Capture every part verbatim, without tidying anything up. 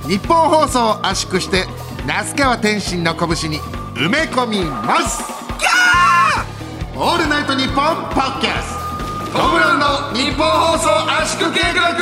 日本放送を圧縮して那須川天心の拳に埋め込みます。キャーオールナイトニッポンポッキャストムブラウンの日本放送圧縮計画。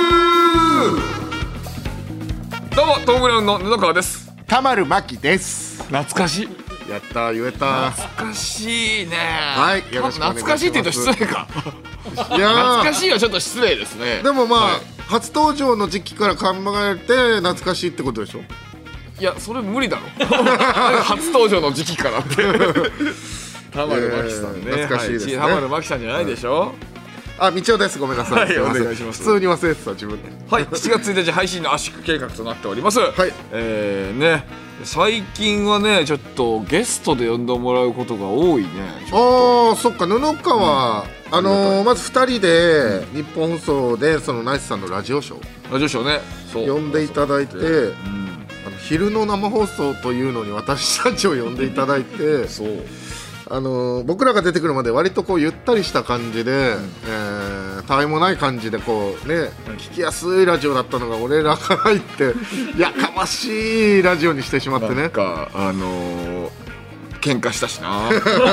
どうもトム・ブラウンの布川です。 田丸真希です。 懐かしい。 やったー、言えた。 懐かしいね。 はい、よろしくお願いします。 懐かしいって言うと失礼か。 いや懐かしいはちょっと失礼ですね。 でもまあ、 はい、 初登場の時期から考えて懐かしいってことでしょ。 いやそれ無理だろ。初登場の時期からって田丸真希さんね、 えー、懐かしいですね。 はい、田丸真希さんじゃないでしょ、 はい、あ、みちおです。ごめんなさい。 はい、お願いします。 普通に忘れてた自分で。 はい、しちがつついたち配信の圧縮計画となっております。 はい、 えー、ね、最近はねちょっとゲストで呼んでもらうことが多いね。 ああ、そっか。布川、うん、あのー、まずふたりで日本放送でそのナイスさんのラジオショーラジオショーね、 そう呼んでいただいて、うん、あの昼の生放送というのに私たちを呼んでいただいてそう、 あのー、僕らが出てくるまで割とこうゆったりした感じで、うん、えー、たわいもない感じでこうね、うん、聞きやすいラジオだったのが俺らが入ってやかましいラジオにしてしまってね。 なんかあのー、喧嘩したしな。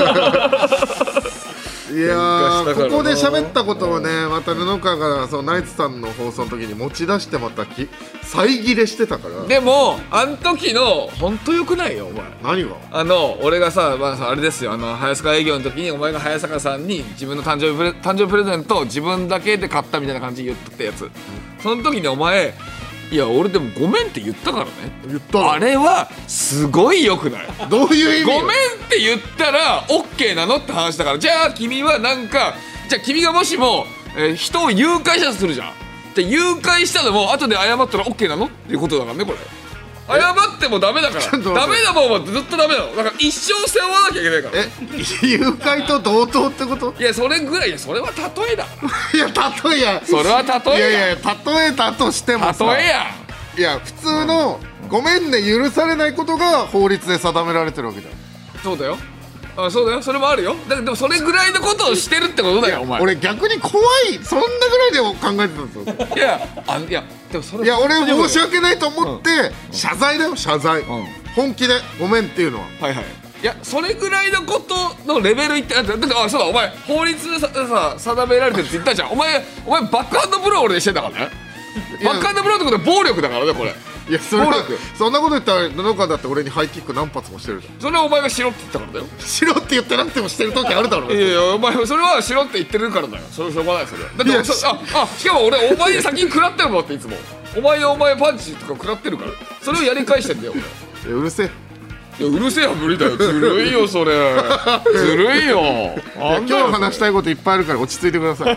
いやー、ここで喋ったことをね、また布川がそのナイツさんの放送の時に持ち出してまたき再切れしてたから。 でもあの時の本当よくないよお前。 何が？ あの俺がさ、まあ、あれですよ、あの早坂営業の時にお前が早坂さんに自分の誕生日プレ誕生日プレゼントを自分だけで買ったみたいな感じで言ってたやつ、うん、その時にお前、いや俺でもごめんって言ったからね。 言ったの？ あれはすごい良くない？ どういう意味？ ごめんって言ったら OK なのって話だから。じゃあ君はなんか、じゃあ君がもしも、えー、人を誘拐したとするじゃん。で誘拐したのも後で謝ったら OK なのっていうことだからねこれ。謝ってもダメだから。ダメなもんはずっとダメなの。だから一生背負わなきゃいけないから。 え、誘拐と同等ってこと？ いやそれぐらい、いやそれは例えだから。 いや例えや。 それは例えや。 いやいや例えたとしてもさ。 例えや。 いや普通の、うん、ごめんね許されないことが法律で定められてるわけじゃん。 そうだよ。あ、そうだよ。それもあるよ。だけどそれぐらいのことをしてるってことだよお前。 俺逆に怖い。そんなぐらいで考えてたんですよ。 いやあいやでもそれ、 いや俺申し訳ないと思って、うん、謝罪だよ謝罪、うん、本気でごめんっていうのは。 はいはい。いやそれぐらいのことのレベル言って、だってあそうだお前法律でささ定められてるって言ったじゃん。お前お前バックハンドブロー俺でしてんだからね。バックハンドブローってことは暴力だからねこれ。 いやそれそんなこと言ったら布川だって俺にハイキック何発もしてるじゃん。 それはお前がしろって言ったからだよ。 しろって言ってなくてもしてる時あるだろう。 いやいやお前それはしろって言ってるからだよ。それはしょうがないそれ。だってそああしかも俺お前に先に食らってるもんっていつもお前でお前パンチとか食らってるからそれをやり返してんだよ俺。 いやうるせえ。 いやうるせえは無理だよ。ずるいよそれ。ずるいよ。 あ今日話したいこといっぱいあるから落ち着いてください。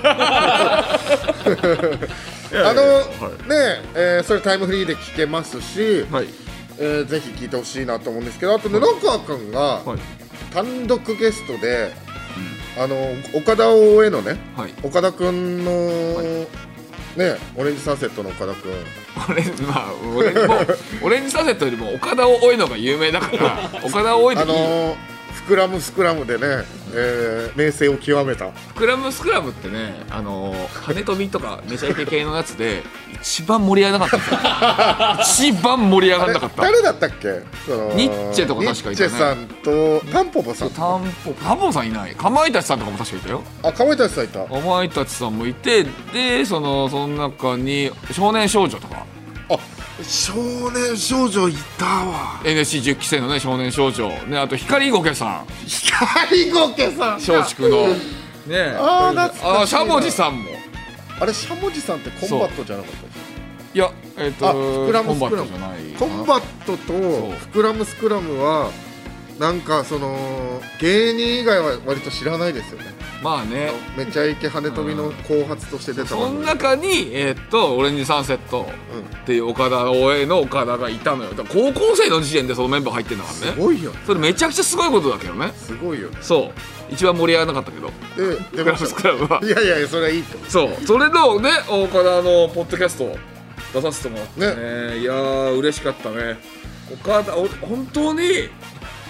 あのねえー、それタイムフリーで聞けますし、はい、えー、ぜひ聞いてほしいなと思うんですけど、あと布川君が単独ゲストで、はい、あの岡田大江のね、はい、岡田君の、はい、ね、オレンジサンセットの岡田君。 俺、まあ、俺もオレンジサンセットよりも岡田大江のが有名だから岡田大江でいいよ。あのースクラムスクラムでね、えー、名声を極めた。 スクラムスクラムってね、あのー、羽飛びとかめちゃイケ系のやつで一番盛り上がらなかったんですよ。一番盛り上がらなかった。 誰だったっけ？そのニッチェとか確かいたね。 ニッチェさんとタンポポさん。 タンポタンポポさんいない。かまいたちさんとかも確かいたよ。 あ、かまいたちさんいた。 かまいたちさんもいて、でそのその中に少年少女とか。 あ、少年少女いたわ。 エヌエスシーじゅっ 期生のね少年少女ね、あと光ゴケさん。 光ゴケさん松竹のね。 あー、懐かしいな。 あ、しゃもじさんも。 あれしゃもじさんってコンバットじゃなかったっけ？いや、えっとフクラムスクラムコンバットじゃない。 コンバットとフクラムスクラムはなんかその芸人以外は割と知らないですよね。 まあね、 めちゃイケ羽飛びの後発として出た、 その中に、えー、っとオレンジサンセットっていう岡田大江の岡田がいたのよ。だから高校生の時点でそのメンバー入ってんだからね。 すごいよね。 それめちゃくちゃすごいことだけどね。 すごいよね。 そう一番盛り上がらなかったけどででもスクラムはいやいやいやそれはいいと。 そうそれのね岡田のポッドキャスト出させてもらってね、ね、いやー嬉しかったね。岡田本当に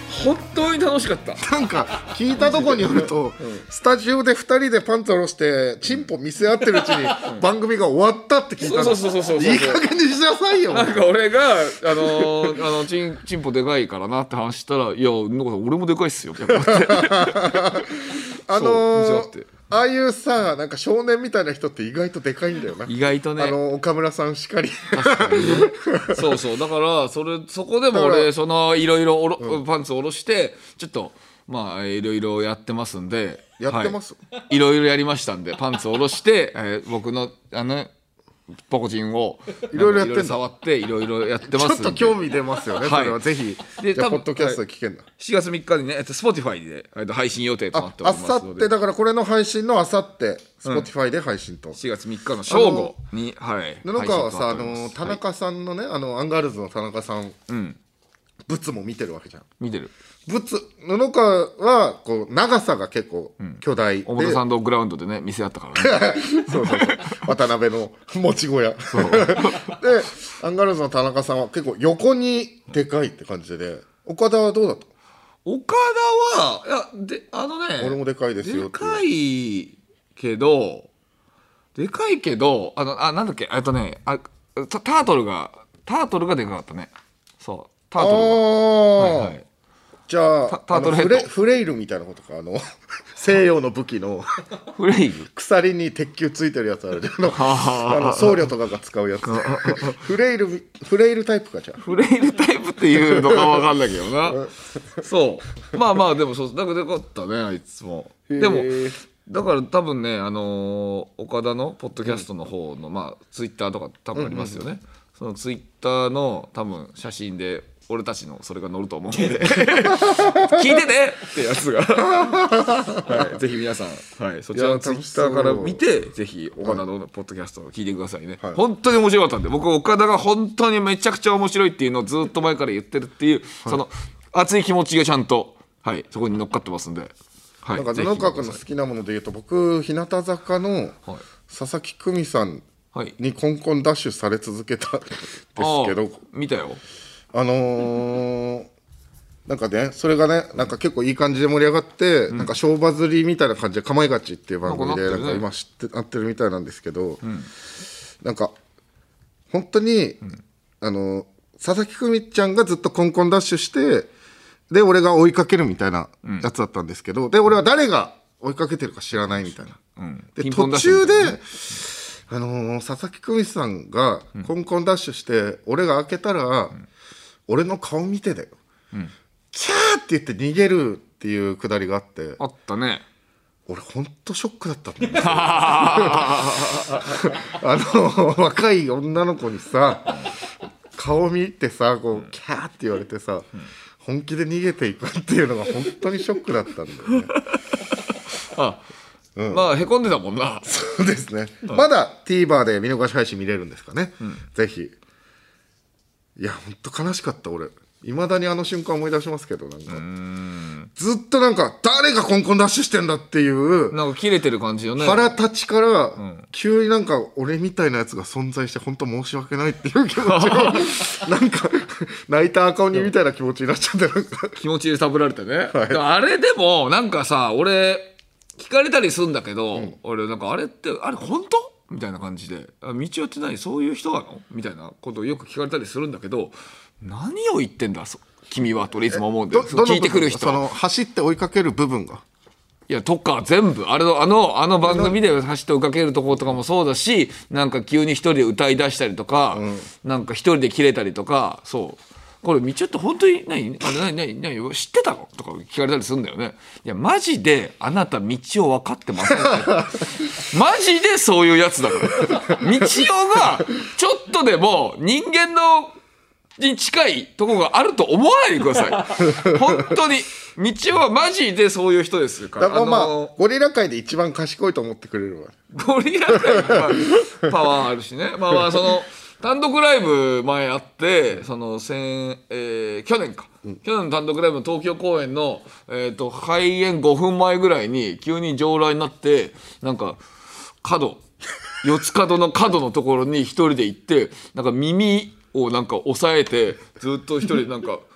本当に楽しかった。 なんか聞いたとこによると、うん、スタジオでふたりでパンツ下ろしてチンポ見せ合ってるうちに番組が終わったって聞いたんだ。 そうそうそうそうそう、 いい加減にしなさいよ。 なんか俺があのー、あのチンチンポでかいからなって話したら、いやなんか俺もでかいっすよってあのーああいうさ、なんか少年みたいな人って意外とでかいんだよな。 意外とね、 あの岡村さんしかり。 確かにねそうそう、だからそれそこでも俺そのいろいろおろ、うん、パンツ下ろしてちょっとまあいろいろやってますんで、 やってます、 はい、いろいろやりましたんで、パンツ下ろして、えー、僕のあのポコチンをいろいろやってんだ、 触っていろいろやってますんで、 ちょっと興味出ますよね、それはぜひ。でじゃあポッドキャストで聞けんだ、 しちがつみっかにね、Spotify で配信予定となっておりますので、 あさってだからこれの配信のあさって Spotify で配信と、 うん、しちがつみっかの正午に、はい、 布川はさ、あの田中さんのね、あのアンガールズの田中さん、うん、ブツも見てるわけじゃん。 見てる。 ブツ布川はこう長さが結構巨大で、 うん、表参道グラウンドでね見せ合ったからねそうそうそう渡辺の持ち小屋でアンガールズの田中さんは結構横にでかいって感じで、岡田はどうだった？ 岡田はいやであのね、 俺もでかいですよでかいけどでかいけどあのあなんだっけえっとねあタートルがタートルがでかかったね。そうタートルが、はいはい、 じゃあタートルヘッド、フレ、フレイルみたいなことか、あの西洋の武器のフレイル鎖に鉄球ついてるやつあるじゃんあの僧侶とかが使うやつフレイルフレイルタイプか。じゃあフレイルタイプっていうのか分かんないけどなそうまあまあでもそうだけどよかったねあいつも。でもだから多分ね、あのー、岡田のポッドキャストの方の、うん、まあツイッターとか多分ありますよね、うんうんうん、そのツイッターの多分写真で俺たちのそれが載ると思うんで聞いてねってやつが、はい、ぜひ皆さん、はい、そちらのツイッターから見てぜひ岡田のポッドキャストを聞いてくださいね、はい、本当に面白かったんで、僕岡田が本当にめちゃくちゃ面白いっていうのをずっと前から言ってるっていう、はい、その熱い気持ちがちゃんと、はい、そこに乗っかってますんで、はい、 なんか布川君の好きなものでいうと、僕日向坂の佐々木久美さんにコンコンダッシュされ続けたんですけど、 見たよ。 あのー、なんかねそれがねなんか結構いい感じで盛り上がって、うん、なんか小バズりみたいな感じで、かまいがちっていう番組でなんか今知ってなってるみたいなんですけど、うん、なんか本当に、うん、あの佐々木久美ちゃんがずっとコンコンダッシュしてで俺が追いかけるみたいなやつだったんですけど、で俺は誰が追いかけてるか知らないみたいな、うん、で途中で、あのー、佐々木久美さんがコンコンダッシュして、うん、俺が開けたら、うん俺の顔見てだよ、うん、キャーって言って逃げるっていうくだりがあって、 あったね。 俺ほんとショックだったんだよあの若い女の子にさ顔見てさこうキャーって言われてさ、うん、本気で逃げていくっていうのが本当にショックだったんだよねあ、うん、まあへこんでたもんな。 そうですね、うん、まだ TVer で見逃し配信見れるんですかね、うん、ぜひ。いやほんと悲しかった。俺いまだにあの瞬間思い出しますけど、なんかうーんずっとなんか誰がコンコンダッシュしてんだっていうなんか切れてる感じよね。 腹立ちから、うん、急になんか俺みたいなやつが存在して本当申し訳ないっていう気持ちがなんか泣いた赤鬼みたいな気持ちになっちゃって、なんか気持ち揺さぶられてね、はい、あれでもなんかさ俺聞かれたりするんだけど、うん、俺なんかあれってあれ本当みたいな感じで、道夫って何そういう人なのみたいなことをよく聞かれたりするんだけど、何を言ってんだ君はといつも思うんで、聞いてくる人その走って追いかける部分がいやとか全部あれのあのあの番組で走って追いかけるところとかもそうだし、なんか急に一人で歌い出したりとか、うん、なんか一人で切れたりとか、そうこれ道夫って本当に何あれ何何何知ってたのとか聞かれたりするんだよね。いやマジであなた道を分かってませんマジでそういうやつだから道夫がちょっとでも人間のに近いところがあると思わないでください本当に道夫はマジでそういう人ですから。 だからまあ、あのー、ゴリラ界で一番賢いと思ってくれるわ。 ゴリラ界はパワーあるしね。まあまあその単独ライブ前あってその先、えー、去年か、うん、去年の単独ライブの東京公演の、えー、と開演ごふんまえぐらいに急に上来になって、なんか角四つ角の角のところに一人で行って、なんか耳をなんか押さえてずっと一人でなんか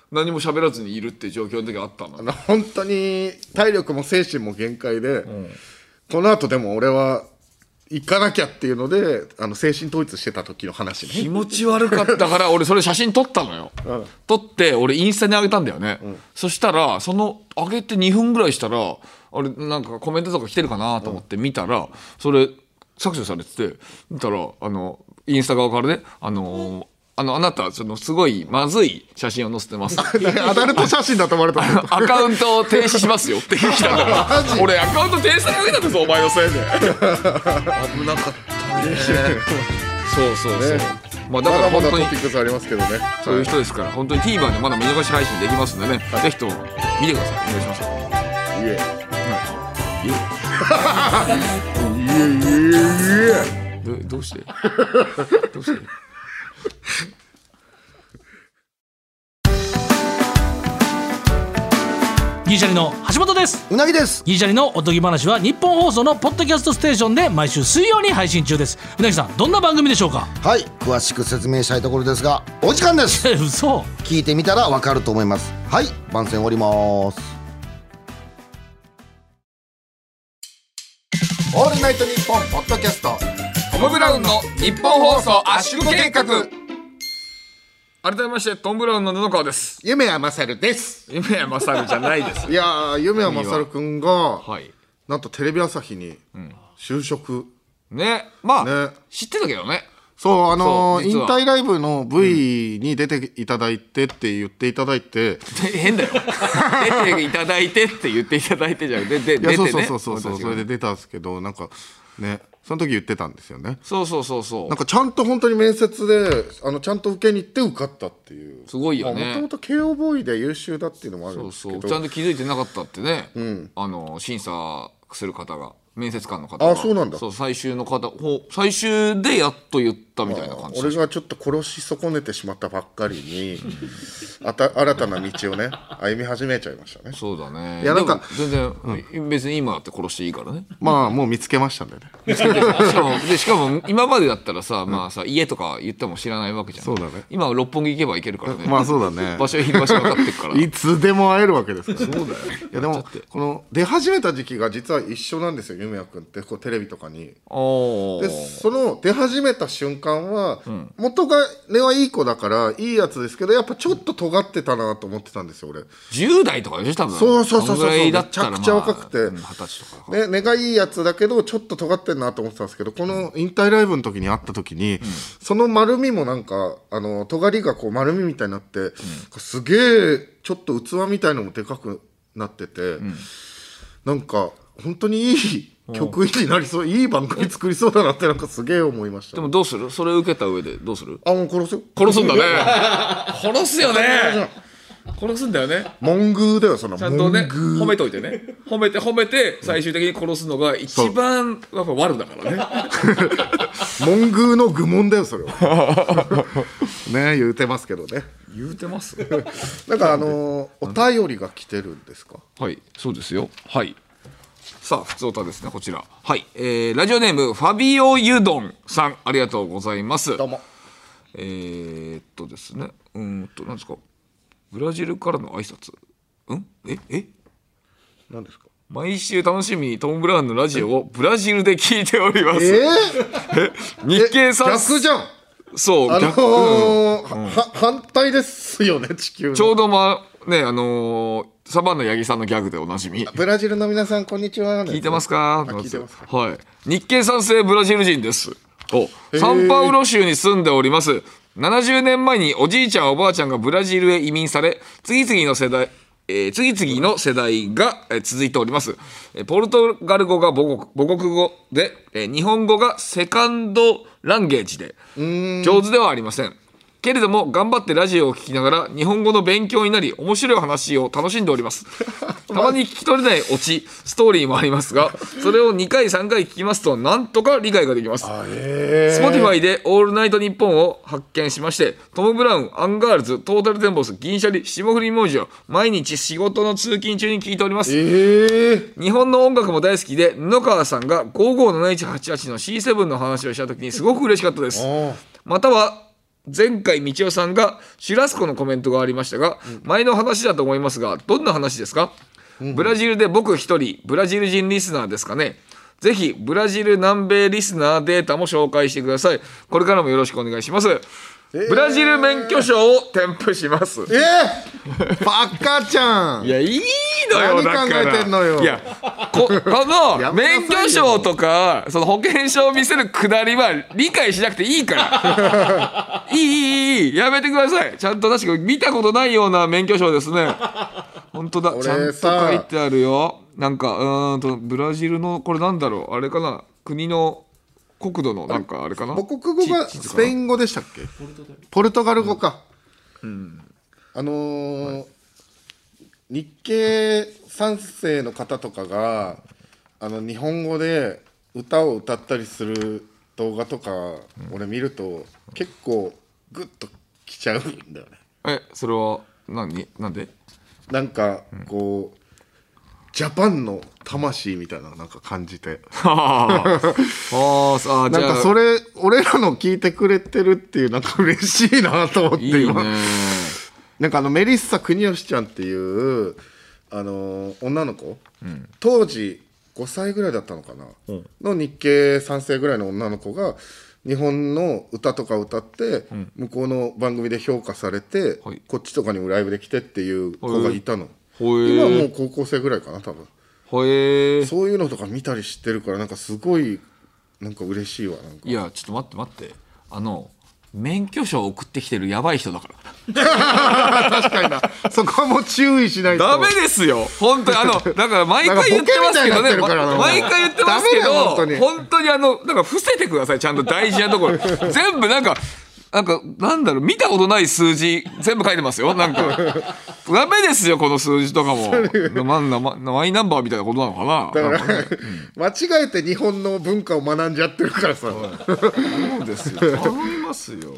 何も喋らずにいるっていう状況の時あったの。 あの本当に体力も精神も限界で、うん、この後でも俺は行かなきゃっていうのであの精神統一してた時の話ね。 気持ち悪かったから俺それ写真撮ったのよ、うん、撮って俺インスタに上げたんだよね、うん、そしたらその上げてにふんぐらいしたらあれなんかコメントとか来てるかなと思って見たら、うん、それ削除されてて見たらあのインスタ側からねあのーあのあなたそのすごいまずい写真を載せてますアダルト写真だと思われたアカウントを停止しますよって言ってたから俺アカウント停止されたんだぞお前のせいで危なかったねそうそうそう、ね、まあだから本当にまだまだトピックスありますけどねそういう人ですから本当に TVer でまだ見逃し配信できますんでね、はい、ぜひとも見てくださいお願いします。 いえいえど, どうしてどうしてギリシャリの橋本です。 うなぎです。 ギリシャリのおとぎ話は日本放送のポッドキャストステーションで毎週水曜に配信中です。うなぎさんどんな番組でしょうか。 はい、詳しく説明したいところですがお時間です嘘聞いてみたらわかると思います。はい、番宣終わります。オールナイトニッポンポッドキャストトム・ブラウンの日本放送圧縮計画。改めましてトム・ブラウンの布川です。 夢谷勝です。 夢谷勝じゃないですいやー夢谷勝くんが、はい、なんとテレビ朝日に就職、 うん、ねまあ、ね、知ってたけどね。 そうあのー、引退ライブの ブイ に出ていただいてって言っていただいて、 うん、変だよ出ていただいてって言っていただいてじゃんでで出てね。 そうそうそうそうそれで出たんですけどなんかねその時言ってたんですよね。 そうそうそうそうなんかちゃんと本当に面接であのちゃんと受けに行って受かったっていうすごいよね。 もともと慶応ボーイで優秀だっていうのもあるんですけどそうそうちゃんと気づいてなかったってね、うん、あの審査する方が面接官の方があそうなんだそう最終の方最終でやっと言ったみたいな感じ。 俺がちょっと殺し損ねてしまったばっかりにあた新たな道をね歩み始めちゃいましたね。 そうだね。 いやなんか全然、うん、別に今だって殺していいからね。 まあもう見つけましたんでね見つけてしかもでしかも今までだったらさ、うん、まあさ家とか言っても知らないわけじゃん。 そうだね。 今は六本木行けば行けるからね。 まあそうだね。 場所場所分かってるからいつでも会えるわけですから。 そうだよ。 いやでもこの出始めた時期が実は一緒なんですよ夢谷君ってこうテレビとかに。でその出始めた瞬間は、うん、元が根はいい子だからいいやつですけどやっぱちょっと尖ってたなと思ってたんですよ俺。 じゅう代とかでしょ多分。 そうそうそうそう。 めちゃくちゃ若くて、まあ、はたちとかね根がいいやつだけどちょっと尖ってんなと思ってたんですけどこの引退ライブの時に会った時に、うん、その丸みもなんかあの尖りがこう丸みみたいになって、うん、すげえちょっと器みたいのもでかくなってて、うん、なんか本当にいい局員になりそういい番組作りそうだなってなんかすげえ思いました。 でもどうするそれを受けた上でどうする。 あもう殺すよ。 殺すんだね殺すよね殺すんだよね。 文具だよそのちゃんとね褒めといてね褒めて褒めて最終的に殺すのが一番やっぱ悪だからね文具の愚問だよそれはね言うてますけどね言うてますなんかあのー、お便りが来てるんですか。 はいそうですよ。はいさあ、ふつおたですね、こちら。はい、えー、ラジオネーム、ファビオユドンさん、ありがとうございます。 どうも。 えー、っとですね、うーんと、何ですか、ブラジルからの挨拶。んええ何ですか。 毎週楽しみにトム・ブラウンのラジオをブラジルで聞いております。 えー、日経さん。 逆じゃん。 そう、 あのー逆、 うん、は反対ですよね、地球の。 ちょうどまあ、ね、あのー、サバンナ八木さんのギャグでおなじみ。 ブラジルの皆さんこんにちは。 聞いてますか。 聞いてますか。 はい。日系三世ブラジル人です。おサンパウロ州に住んでおります。ななじゅうねんまえにおじいちゃんおばあちゃんがブラジルへ移民され次々の世代、えー、次々の世代が、えー、続いております。えー、ポルトガル語が母国、母国語で、えー、日本語がセカンドランゲージで上手ではありませんけれども頑張ってラジオを聞きながら日本語の勉強になり面白い話を楽しんでおります。たまに聞き取れないオチストーリーもありますがそれをにかいさんかい聞きますとなんとか理解ができます。 Spotify でオールナイトニッポンを発見しましてトム・ブラウン、アンガールズ、トータルテンボス、銀シャリ、霜降り明星を毎日仕事の通勤中に聞いております。 えー、 日本の音楽も大好きで布川さんがごーごーななちはちはちの シーセブン の話をした時にすごく嬉しかったです。または前回道夫さんがシュラスコのコメントがありましたが、うん、前の話だと思いますがどんな話ですか？うん、ブラジルで僕一人ブラジル人リスナーですかね。ぜひブラジル南米リスナーデータも紹介してください。これからもよろしくお願いします。えー、ブラジル免許証を添付します。 えー、バカちゃん。 いやいいのよ。 何考えてんのよ。 いや こ, この免許証とかその保険証を見せるくだりは理解しなくていいからいいいいいいやめてください。ちゃんと確か見たことないような免許証ですね。本当だちゃんと書いてあるよ。なんかうーんとブラジルのこれなんだろうあれかな国の国土のなんかあれかな母国語がスペイン語でしたっけ？ポルトガル語か、うんうん、あのーはい、日系さん世の方とかがあの日本語で歌を歌ったりする動画とか、うん、俺見ると結構グッときちゃうんだよね。 えそれは何なんでなんかこう、うんジャパンの魂みたいななんか感じてああなんかそれ俺らの聞いてくれてるっていうなんか嬉しいなと思って今いいね。 なんかあのメリッサ国吉ちゃんっていうあの女の子、うん、当時ごさいぐらいだったのかな、うん、の日系さん世ぐらいの女の子が日本の歌とか歌って、うん、向こうの番組で評価されて、はい、こっちとかにもライブで来てっていう子がいたの。今もう高校生ぐらいかな多分。 へそういうのとか見たり知ってるからなんかすごいなんか嬉しいわ。なんかいやちょっと待って待ってあの免許証送ってきてるやばい人だから確かになそこはもう注意しないとダメですよ本当にあのだから毎回言ってますけどね毎回言ってますけど本当に本当にあのなんか伏せてくださいちゃんと大事なところ全部なんかなんかなんだろう見たことない数字全部書いてますよなんかダメですよこの数字とかもマイナンバーみたいなことなのかなだから、ねうん、間違えて日本の文化を学んじゃってるからさそうですよ頼みますよ本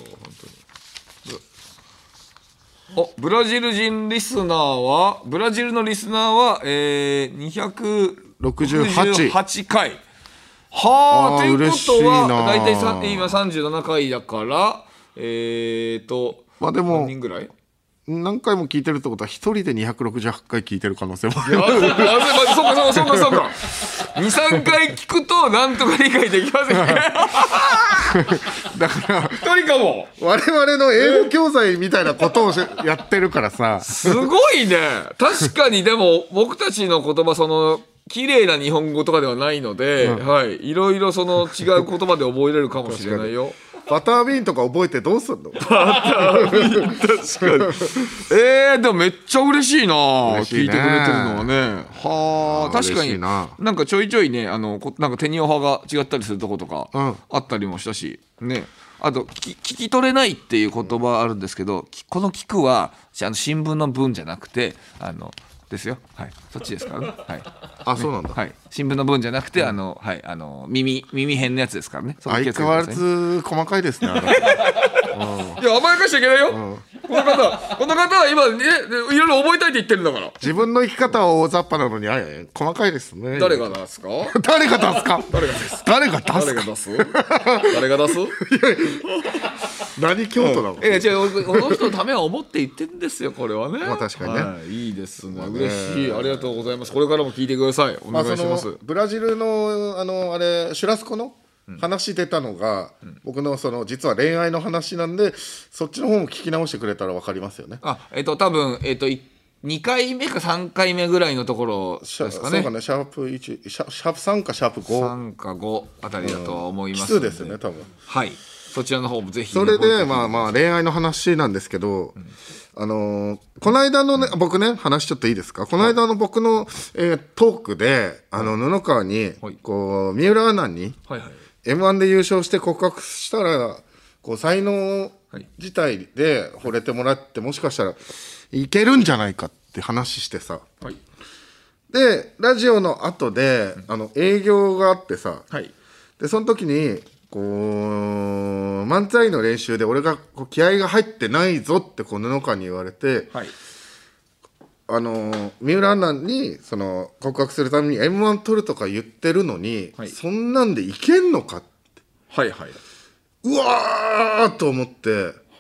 当に。おブラジル人リスナーはブラジルのリスナーは、えー、にひゃくろくじゅうはちかいはあということは大体今さんじゅうななかいだからえーと、 まあでも何人ぐらい何回も聞いてるってことは一人でにひゃくろくじゅうはちかい聞いてる可能性もある。 そうかそうかそうかそうかにさんかい聞くとなんとか理解できませんねだから一人かも我々の英語教材みたいなことをやってるからさすごいね。確かにでも僕たちの言葉その綺麗な日本語とかではないので、うん、はいいろいろその違う言葉で覚えれるかもしれないよバタービーンとか覚えてどうすんの？バタービーン確かにえー、でもめっちゃ嬉しいな嬉しい、ね、聞いてくれてるのはねはあ確かに な, なんかちょいちょいねあのなんか手にオファーが違ったりするとことかあったりもしたし、うん、ねあと聞き取れないっていう言葉あるんですけどこの聞くはあの新聞の文じゃなくてあのですよはいそっちですからねはいあそうなんだ、 はい、新聞の文じゃなくて、うん、あのはいあの耳耳変のやつですからね。 相変わらず細かいですねあれいや甘やかしちゃいけないよ、うん、この方この方は今ねいろいろ覚えたいって言ってるんだから自分の生き方は大雑把なのにあれ細かいですね。 誰が出すか誰が出すか誰が出す誰が出す誰が出す誰が出す何京都なの、 うん、えじゃあこの人のためは思って言ってるんですよこれはね。 まあ確かにね、 はい、いいですね嬉しいありがとうございます。これからも聞いてくださいお願いします。まあ、 ブラジルのあのあれシュラスコの話出たのが、うん、僕のその実は恋愛の話なんでそっちの方も聞き直してくれたら分かりますよね。 あえっ、ー、と多分えっ、ー、とにかいめかさんかいめぐらいのところですかね。 そうかねシャープいちシャープさんかシャープごさんかごあたりだとは思いますので、うん、奇数ですよね多分。 はいそちらの方もぜひ、 ね、それでまあまあ恋愛の話なんですけど、うん、あのー、この間のね僕ね話ちょっといいですか。この間の僕の、えー、トークであの布川に、はい、こう三浦アナに、はいはい、エムワン で優勝して告白したらこう才能自体で惚れてもらってもしかしたらいけるんじゃないかって話してさ、はい、でラジオの後で、うん、あの営業があってさ、はい、でその時にこう漫才の練習で俺がこう気合が入ってないぞってこう布川に言われて、はい、あの三浦アナにその告白するために エムワン 取るとか言ってるのに、はい、そんなんでいけんのかって、 はいはい、 うわーと思って、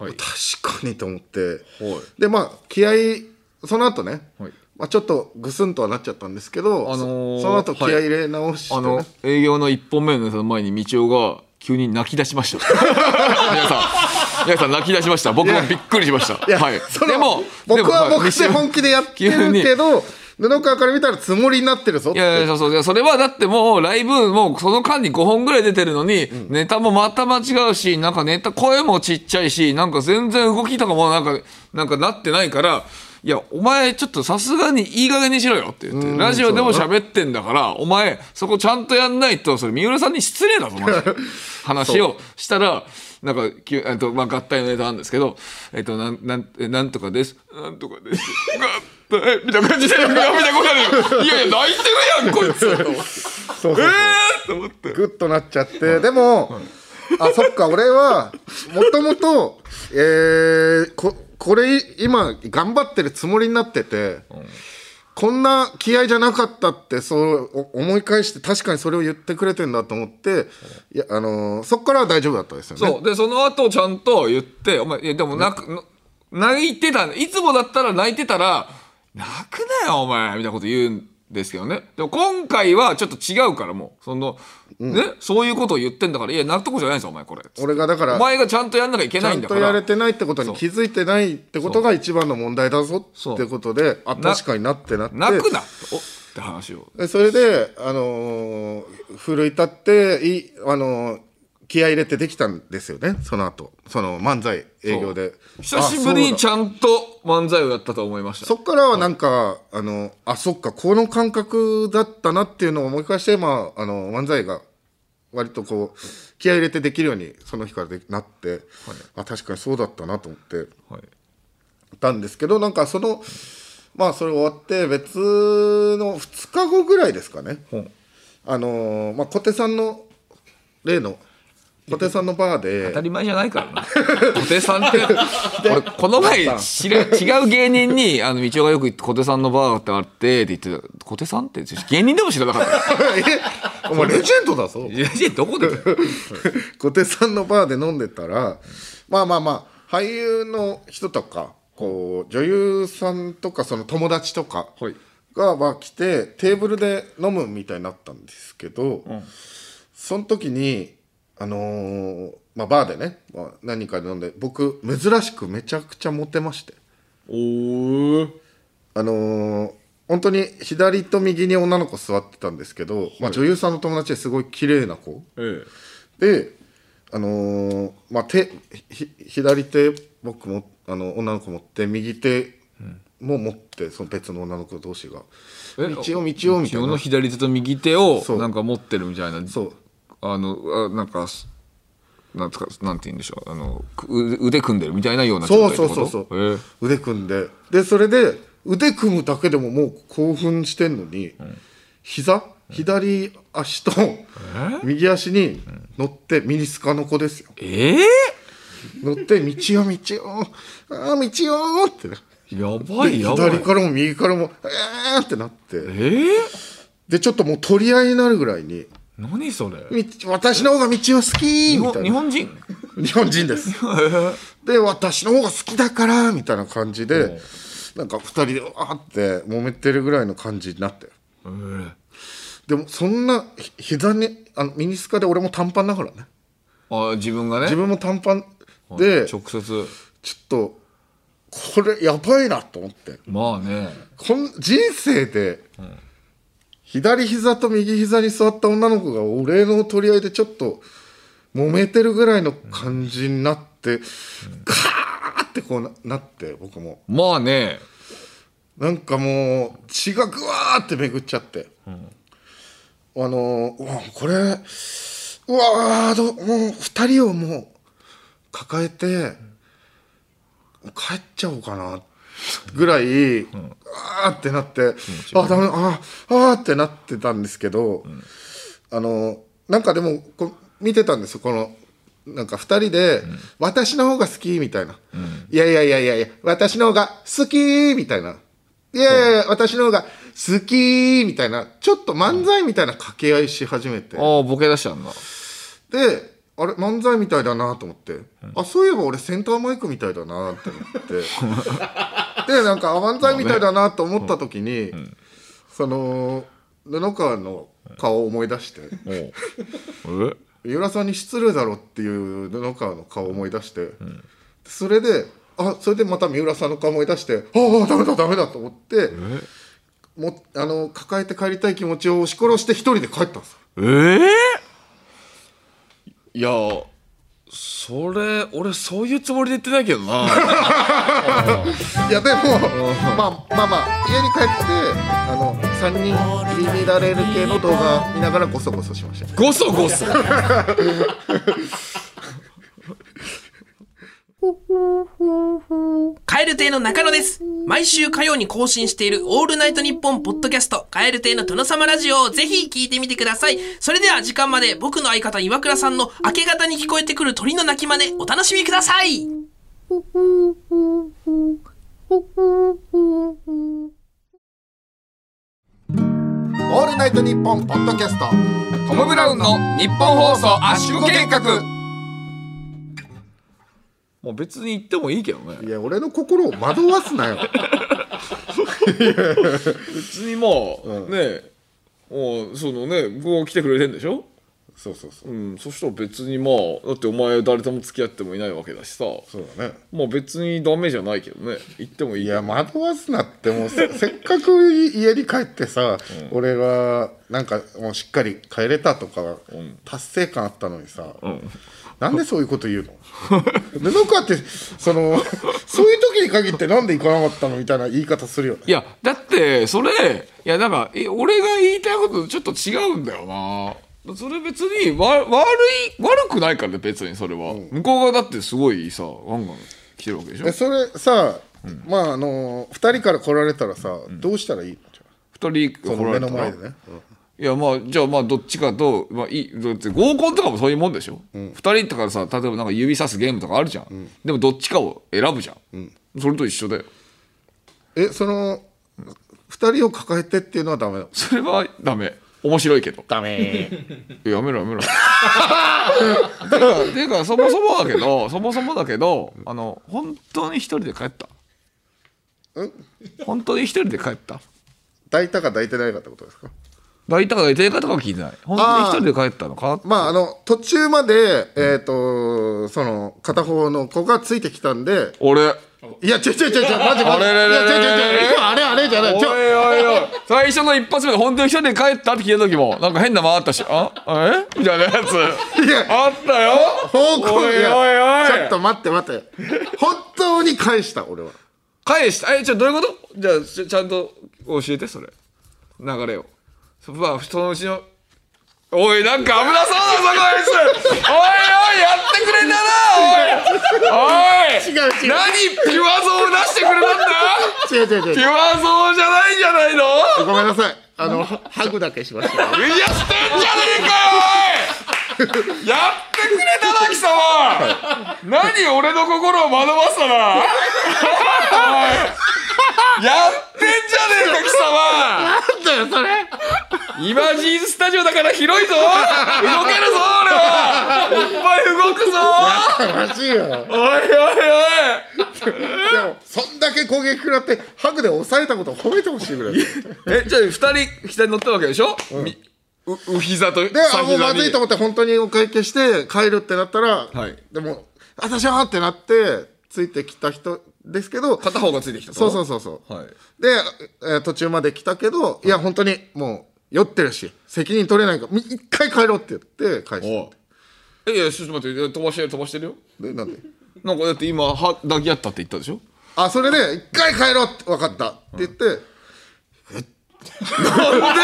はい、 確かにと思って、はい、 でまあ気合いその後ね、はい、まあ、ちょっとグスンとはなっちゃったんですけど、あのー、そ, その後気合い入れ直して、ね、はい、あの営業のいっぽんめの前に道夫が急に泣き出しました皆さん皆さん泣き出しました。僕もびっくりしました。はい、 でも僕は僕で本気でやってるけど布川から見たらつもりになってるぞって。 いやいやそうそうそれはだってもうライブもその間にごほんぐらい出てるのに、うん、ネタもまた間違うしなんかネタ声もちっちゃいしなんか全然動きとかもなんかなんかなってないからいやお前ちょっとさすがにいい加減にしろよって言ってラジオでも喋ってんだからお前そこちゃんとやんないとそれ三浦さんに失礼だぞマジで話をしたらなんか、えっとまあ、合体のネタなんですけど、えっと、なんなんなんとかですなんとかです合体みたいな感じでやめたことあるいやいや泣いてるやんこいつそうそうそうえーと思ってグッとなっちゃって、はい、でも、はい、あそっか俺はもともとえーここれ今頑張ってるつもりになってて、うん、こんな気合いじゃなかったってそう思い返して確かにそれを言ってくれてんだと思って、うん、いやあのー、そっからは大丈夫だったですよね。 そうでその後ちゃんと言ってお前いやでも泣く、うん、泣いてたいつもだったら泣いてたら泣くなよお前みたいなこと言うんですけどね。でも今回はちょっと違うからもうその、うん、ねそういうことを言ってんだからいや泣くとこじゃないんですよお前これ俺がだからお前がちゃんとやんなきゃいけないんだからちゃんとやれてないってことに気づいてないってことが一番の問題だぞってことであ確かになってなって泣くなおって話をそれであのー、奮い立っていあのー気合い入れてできたんですよね。その後その漫才営業で久しぶりにちゃんと漫才をやったと思いました。 そっからはなんか、はい、あのあそっかこの感覚だったなっていうのを思い返して、まあ、あの漫才が割とこう気合い入れてできるようにその日からでなって、はい、あ確かにそうだったなと思って、はい、たんですけどなんかそのまあそれ終わって別のふつかごぐらいですかね、うん、あのまあ小手さんの例の小手さんのバーで当たり前じゃないからな小手さんって俺この前知ら違う芸人にあの道夫がよく言って小手さんのバーってあってって言ってた小手さんって芸人でも知らなかったお前レジェンドだぞレジェンドどこで小手さんのバーで飲んでたらまあまあまあ俳優の人とかこう女優さんとかその友達とかがまあ来てテーブルで飲むみたいになったんですけど、うん、その時にあのーまあ、バーでね、まあ、何人かで飲んで僕珍しくめちゃくちゃモテましておーあのー、本当に左と右に女の子座ってたんですけど、はいまあ、女優さんの友達ですごい綺麗な子、ええ、で、あのーまあ、手左手僕もあの女の子持って右手も持ってその別の女の子同士が道を道をみたいな道をの左手と右手をなんか持ってるみたいなそうあのあなんかなんてかなんて言うんでしょうあの腕組んでるみたいなような状態ってことそうそうそうそう、えー、腕組んででそれで腕組むだけでももう興奮してんのに、うん、膝左足と右足に乗ってミニスカの子ですよえー、 乗って道よ道よあ道よってねやばいやばい左からも右からもえーってなってえー、 でちょっともう取り合いになるぐらいに何それ私の方が道を好きみたいな日本人日本人ですで私の方が好きだからみたいな感じでなんかふたりでわーって揉めてるぐらいの感じになってでもそんな膝にあのミニスカで俺も短パンだからねあ自分がね自分も短パンで直接ちょっとこれやばいなと思ってまあねこん人生で、うん左膝と右膝に座った女の子が俺の取り合いでちょっと揉めてるぐらいの感じになって、うん、カーってこう な, なって僕もまあねなんかもう血がぐわーって巡っちゃって、うん、あのうわこれうわーどもうふたりをもう抱えて帰っちゃおうかなぐらい、うん、あーってなって、うん、あダメああーってなってたんですけど、うん、あのなんかでもこ見てたんですよこのなんかふたりで、うん、私の方が好きみたいな、うん、いやいやいやいやいや私の方が好きみたいないやいやいや私の方が好きみたいなちょっと漫才みたいな掛け合いし始めて、 うん、ああボケ出しちゃうんだであれ漫才みたいだなと思って、うん、あそういえば俺センターマイクみたいだなって思ってでなんか漫才みたいだなと思った時に、うん、その布川の顔を思い出して、うん、三浦さんに失礼だろっていう布川の顔を思い出して、うん、それであそれでまた三浦さんの顔を思い出してああダメだダメだと思ってもあの抱えて帰りたい気持ちを押し殺して一人で帰ったんですよ。 えーいやそれ俺そういうつもりで言ってないけどないやでもまあまあまあ家に帰ってあのさんにん入り乱れる系の動画見ながらゴソゴソしました。 ゴソゴソ蛙亭の中野です。毎週火曜に更新しているオールナイトニッポンポッドキャスト蛙亭の殿様ラジオをぜひ聞いてみてください。それでは時間まで僕の相方岩倉さんの明け方に聞こえてくる鳥の鳴き真似お楽しみください。 オールナイトニッポンポッドキャストトム・ブラウンの日本放送圧縮計画。もう別に言ってもいいけどね。 いや俺の心を惑わすなよ別にもう、うん、ねもうそのね向こう来てくれてんでしょ。 そうそうそう、 うん、そしたら別にまあだってお前誰とも付き合ってもいないわけだしさ。 そうだね。 まあ別にダメじゃないけどね言ってもいい。 いや惑わすなってもう せ, せっかく家に帰ってさ、うん、俺がなんかもうしっかり帰れたとか、うん、達成感あったのにさ、うん、なんでそういうこと言うの布川ってそのそういう時に限ってなんで行かなかったのみたいな言い方するよね。 いやだってそれいやなんか俺が言いたいこととちょっと違うんだよな。それ別にわ悪い悪くないからね別にそれは、うん、向こうがだってすごいさガンガン来てるわけでしょ。 えそれさ、うん、まああのふたりから来られたらさ、うん、どうしたらいいの。 ふたり来られたら目の前でね、うん、いやまあじゃあまあどっちかと、まあ、いいだって合コンとかもそういうもんでしょ、うん、ふたりとかさ例えばなんか指さすゲームとかあるじゃん、うん、でもどっちかを選ぶじゃん、うん、それと一緒だよ。 えそのふたりを抱えてっていうのはダメだ。 それはダメ。面白いけどダメやめろやめろてかてかそもそもだけどそもそもだけどあの本当に一人で帰った。 ん本当に一人で帰った。 抱いたか抱いてないかってことですか。 抱いたか抱いてないかとかは聞いてない。本当に一人で帰ったのか。 まああの途中までえっとその片方の子がついてきたんで俺いや、ちょちょちょちょ、マジマジ。 あれれれれれれあれあれじゃない。 おいおいおい。最初の一発目で本当に一人で帰ったって聞いた時もなんか変な間あったし、あ、えみたいなやつ。いや、あったよ。 方向おいおいおい。 ちょっと待って待って。本当に返した俺は。 返した。え、ちょどういうこと？じゃあち, ちゃんと教えてそれ。流れを。まあそのうちの。おいなんか危なそうだぞこいつ。おいおいやってくれたなおい。おい。違う違う。何ピュア像を出してくれたんだ。 違う違う違う。 ピュア像じゃないんじゃないの。 ごめんなさい。あのハグだけしました。 いやしてんじゃねえかよおい。やってくれたな貴様、はい、何俺の心を惑わすたなおいやってんじゃねえか貴様。 なんだよそれ。 イマジンスタジオだから広いぞ動けるぞ俺はいっぱい動くぞやかましいよ。おいおいおいでもそんだけ攻撃食らってハグで抑えたことを褒めてほしいぐらいえじゃあふたり下に乗ったわけでしょ、うん、う, う膝とであもうまずいと思って本当にお会計して帰るってなったら、はい、でも私はってなってついてきた人ですけど片方がついてきたそうそうそうそう、はい、で、えー、途中まで来たけど、はい、いや本当にもう酔ってるし責任取れないから一回帰ろうって言って返してえいやちょっと待って飛ばしてる飛ばしてるよ。 でなんでなんかだって今は抱き合ったって言ったでしょ。 あそれで一回帰ろうって分かったって言って、うん、 えなんで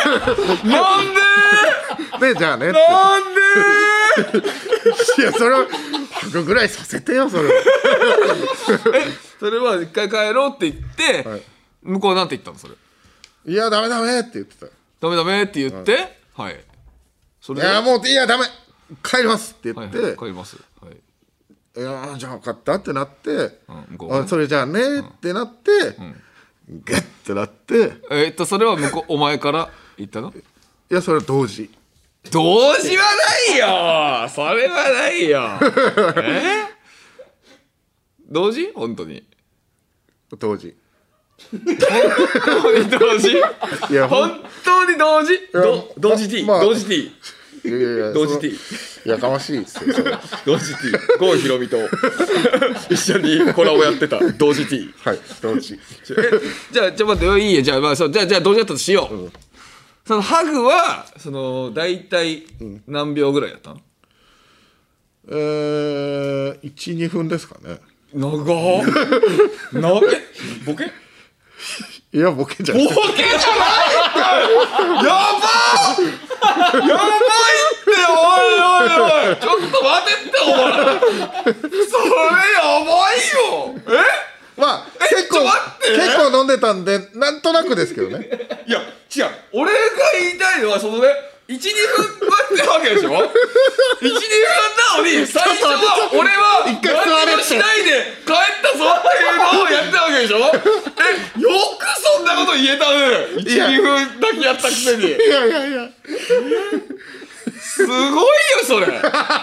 なんででじゃあねなんでいやそれをハグぐらいさせてよそれえそれは一回帰ろうって言って、はい、向こうなんて言ったのそれ。 いやダメダメって言ってた。 ダメダメって言って、はい、はい、 それいやもういやダメ帰りますって言って、はいはい、 帰ります、はい、 いやじゃあ分かったってなって、うん、 あそれじゃあねってなって、うんうん、ゲッってなってえー、っとそれは向こうお前から言ったの。 いやそれは同時同時はないよそれはないよえ同時本当に同時本当に同時いや本当に同時ど同時 T、まあ、同時 T いやいやいや同時 T やかましいっすよ同時 T 郷ひろみと一緒にコラボやってた同時 T はい同時えじゃあじゃあ待っていいやじゃあまあそうじゃあじゃあ同時だったとしよう、うん、そのハグはその大体何秒ぐらいやったの、 うん、えー、いち、にふんですかね長っ長っボケいやボケじゃないボケじゃないってやばーやばいっておいおいおいちょっと待てってお前それやばいよえまあ結構結構飲んでたんでなんとなくですけどねいや違う俺が言いたいのはそのねいち、にふん待ってわけでしょいち、にふんなのに最初は俺は何もしないで帰ったぞっていうのをやってたわけでしょえよくそんなこと言えたねいち、にふんだけやったくせにいやいやいやすごいよそれすごい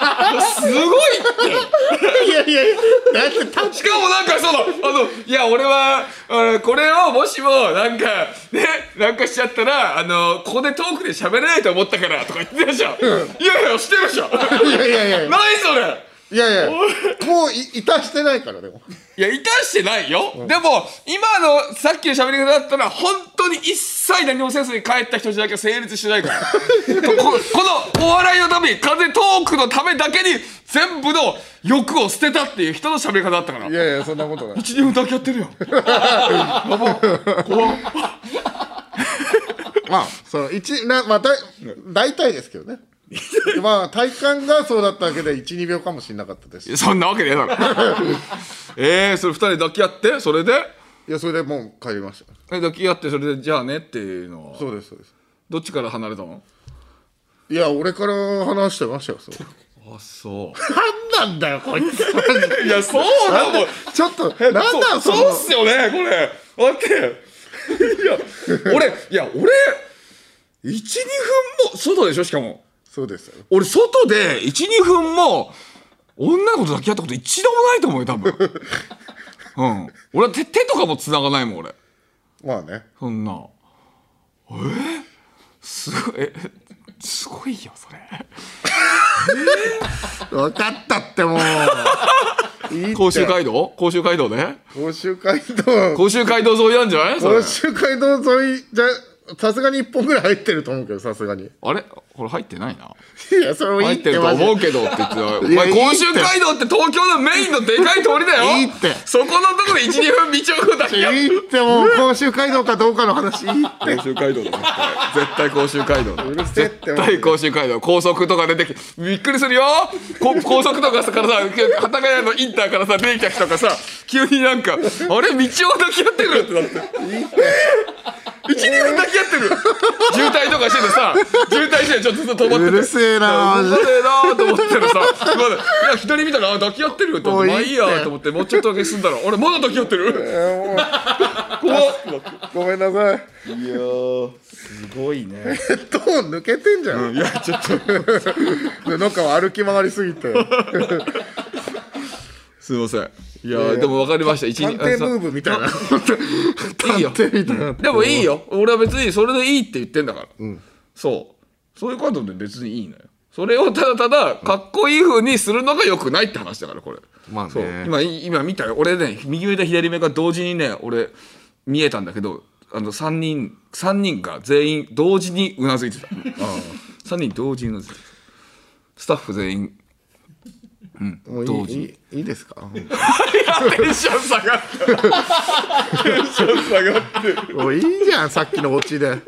っていやいやいやしかもなんかそのあのいや俺はあこれをもしもなんかねなんかしちゃったらあのここでトークで喋れないと思ったからとか言ってたじゃん、うん、いやいやしてるじゃんいやいやいや何それいやいやもういたしてないからでもいやいたしてないよ、うん、でも今のさっきの喋り方だったら本当に一切何もせずに帰った人だけは成立しないからこ, このお笑いのために完全トークのためだけに全部の欲を捨てたっていう人の喋り方だったからいやいやそんなことないいち、にふんだけやってるよやば怖っまあその一なまあだ大体ですけどねまあ体感がそうだっただけでいち、にびょうかもしれなかったですそんなわけねえだろえー、それふたり抱き合ってそれでいやそれでもう帰りましたえ抱き合ってそれでじゃあねっていうのはそうですそうですどっちから離れたのいや俺から話してましたよそうあそう何なんだよこいついやそうだもんちょっと何なんそそうっすよねこれ待っていや俺いや俺いち、にふんも外でしょしかもそうですよ俺外でいち、にふんも女の子と抱き合ったこと一度もないと思うよ多分うん俺は 手, 手とかも繋がないもん俺まあねそんなえー、すごいえすごいよそれ分かったってもういいって甲州街道甲州街道ね甲州街道甲州街道沿いなんじゃない甲州街道沿いじゃさすがにいっぽんぐらい入ってると思うけどさすがにあれこれ入ってないないやそれもいいって入ってると思うけどって言ってたお前甲州街道って東京のメインのでかい通りだよいいってそこのところでいち、にふん道をだけやいいってもう甲州街道かどうかの話いいって甲州街道だ絶対甲州街道だうるせえって絶対甲州街道高速とか出てきびっくりするよこ高速とかからさ幡ヶ谷のインターからさ出てきた人がさ急になんかあれ道を抱き合ってるってなっていいっていち、にふん抱き合ってる渋滞とかしててさ渋滞してちょっとずっと止まっててうるせえなうるせえなと思ってたらさまだいや左見たら抱き合ってるよって思ってまあいいやと思ってもうちょっとだけ進んだらあれまだ抱き合ってる、えー、怖っごめんなさいいやーすごいねヘッドホン抜けてんじゃん、 うん、いやちょっとなんか歩き回りすぎてすいませんいやーでも分かりました一探偵ムーブみたいないいよでもいいよ俺は別にそれでいいって言ってんだから、うん、そうそういうことで別にいいのよそれをただただかっこいい風にするのがよくないって話だからこれまあねそう今今見たよ俺ね右目と左目が同時にね俺見えたんだけどあのさんにんさんにんが全員同時にうなずいてたさんにん同時にうなずいてたスタッフ全員うん、 もういい、いい、いいですかいやテンション下がってテンション下がってもういいじゃんさっきのオチで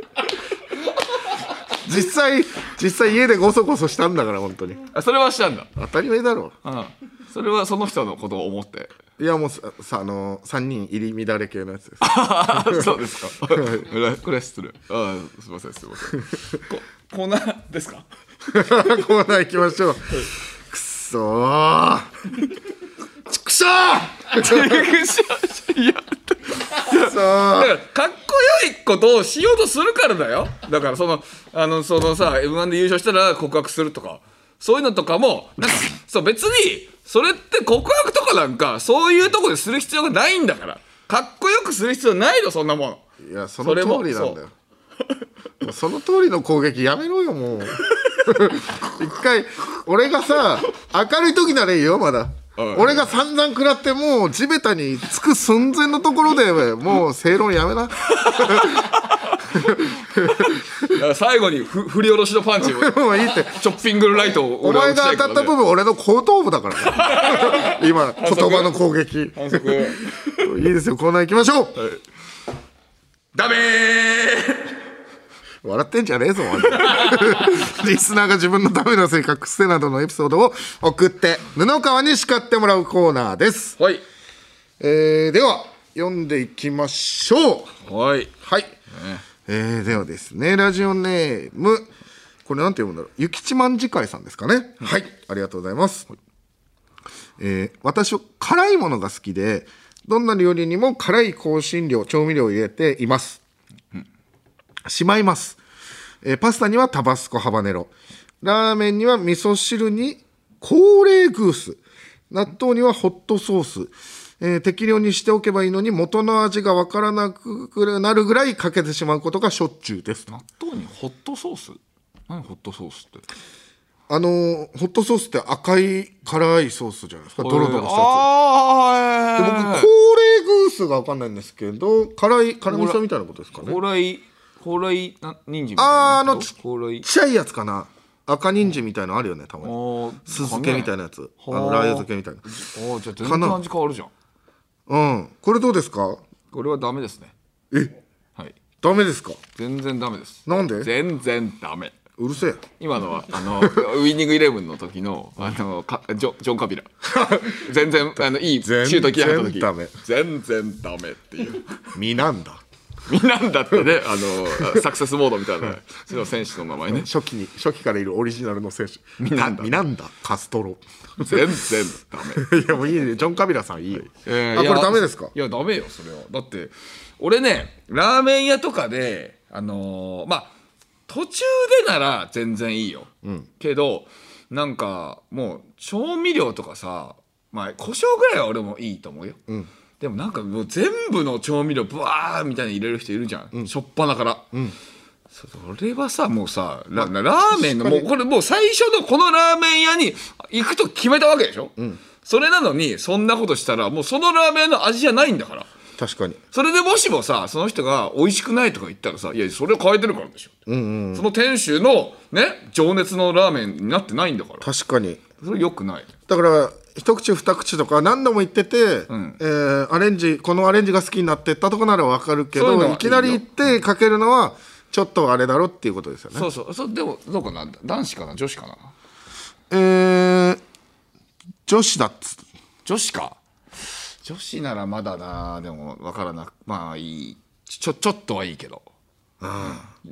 実際実際家でゴソゴソしたんだから本当にあそれはしたんだ当たり前だろう、うん、それはその人のことを思っていやもうささあのさんにん入り乱れ系のやつですそうですかこれは失礼あすいませんすいませんこコーナーですかコーナー行きましょうくそーちくしょーいやさだからかっこよいことをしようとするからだよ。だからそのあのそのさ エムワン で優勝したら告白するとかそういうのとかもなんかそう別にそれって告白とかなんかそういうとこでする必要がないんだから、かっこよくする必要ないのそんなもの。 いやその通りなんだよ。そ, その通りの攻撃やめろよもう一回俺がさ明るい時ならいいよまだ、うん、俺が散々食らってもう地べたにつく寸前のところでもう正論やめな最後にふ振り下ろしのパンチをもういいってチョッピングのライトをお前が当たった部分俺の後頭部だからね今言葉の攻撃反則いいですよコーナー行きましょう、はい、 ダメー笑ってんじゃねえぞリスナーが自分のダメな性格癖などのエピソードを送って布川に叱ってもらうコーナーです。 はい、 えー、では読んでいきましょう。 はいはい、ねえー、ではですねラジオネームこれなんて読むんだろうゆきちまんじかいさんですかね、うん、はいありがとうございます、はいえー、私は辛いものが好きでどんな料理にも辛い香辛料調味料を入れていますしまいます、えー、パスタにはタバスコハバネロ、ラーメンには味噌汁にコーレーグース、納豆にはホットソース、えー、適量にしておけばいいのに元の味がわからなくなるぐらいかけてしまうことがしょっちゅうです。 納豆にホットソース、何ホットソースって、 あのー、ホットソースって赤い辛いソースじゃないですか、ドロドロしたやつ。 あで僕コーレーグースがわかんないんですけど辛い辛味噌みたいなことですかね。 高麗高麗な人参みたいな。 あーあのち高麗っちゃいやつかな、赤人参みたいなのあるよねたまに、酢漬けみたいなやつ、あのラー油漬けみたいな。 あじゃあ全然味変わるじゃん。 うんこれどうですか。 これはダメですね。 えはいダメですか。 全然ダメです。 なんで。 全然ダメ。 うるせえ。 今のはあのウイニングイレブンの時のあのかジョジョン・カビラ全然あのいいシュート決めた時全然ダメ全然ダメっていうミナンダミナンダってねあのサクセスモードみたいなその選手の名前ね初期に初期からいるオリジナルの選手ミナンダミナンダカストロ全然ダメいやもういいねジョン・カビラさんいいよ、 えー、 あこれダメですか。 いやダメよそれは。だって俺ねラーメン屋とかであのー、まあ途中でなら全然いいよ、うん、けどなんかもう調味料とかさまあ胡椒ぐらいは俺もいいと思うよ、うん、でもなんかもう全部の調味料ブワーみたいに入れる人いるじゃん、うん、しょっぱなから、うん、それはさもうさ ラ, ラーメンのもうこれもう最初のこのラーメン屋に行くと決めたわけでしょ、うん、それなのにそんなことしたらもうそのラーメンの味じゃないんだから。 確かに。 それでもしもさその人が美味しくないとか言ったらさいやそれを変えてるからでしょ、うんうん、その店主のね情熱のラーメンになってないんだから。 確かにそれ良くない。 だから一口二口とか何度も言ってて、うんえー、アレンジこのアレンジが好きになってったとかなら分かるけど い, いきなり言ってかけるのはちょっとあれだろっていうことですよね。 そうそうそう。でもどうかな男子かな女子かな。 えー、女子だっつ女子か。女子ならまだな。でも分からなくまあいいちょちょっとはいいけど、うん、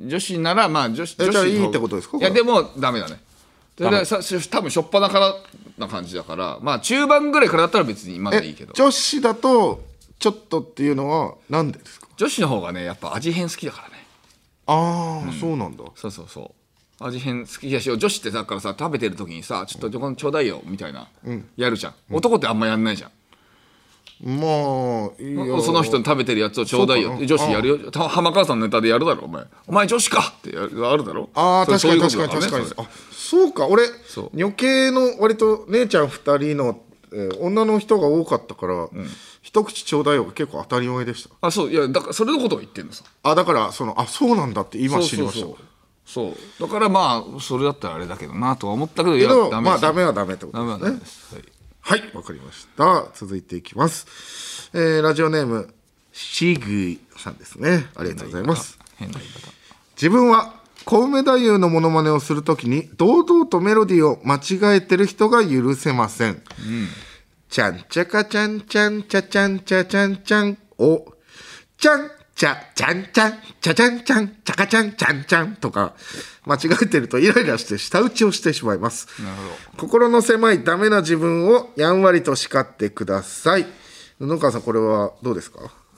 女子ならまあ女子えじゃあいいってことですか。 いやでもダメだね。それでさ多分しょっぱなからな感じだからまあ中盤ぐらいからだったら別にまだいいけど。 女子だとちょっとっていうのはなんでですか。 女子の方がねやっぱ味変好きだからね。 ああ、うん、そうなんだ。 そうそうそう味変好きだし女子ってだからさ食べてる時にさちょっとこのちょうだいよみたいな、うん、やるじゃん、うん、男ってあんまやんないじゃん。 まあいいよその人の食べてるやつをちょうだいよ女子やるよ。浜川さんのネタでやるだろお前お前女子かってやるあるだろ。 ああ確かに確かに確かに。あそうか俺女系の割と姉ちゃんふたりの、えー、女の人が多かったから、うん、一口ちょうだいよが結構当たり前でした。 あそういやだからそれのことを言ってんのさ。 あだからそのあそうなんだって今知りました。 そうそうそうそうだからまあそれだったらあれだけどなとは思ったけどいやダメです。 まあダメはダメってことですね。ダメはダメです。はいはいわかりました。続いていきます、えー、ラジオネームシグイさんですね。ありがとうございます。 変な言い方。 自分はコウメ太夫のモノマネをするときに堂々とメロディーを間違えてる人が許せません、うん、ちゃんちゃかちゃんちゃんちゃちゃんちゃちゃんちゃんおちゃんちゃちゃんちゃんちゃちゃんちゃんちゃかちゃんちゃんちゃんとか間違えてるとイライラして舌打ちをしてしまいます。なるほど。心の狭いダメな自分をやんわりと叱ってください。布川さんこれはどうですか。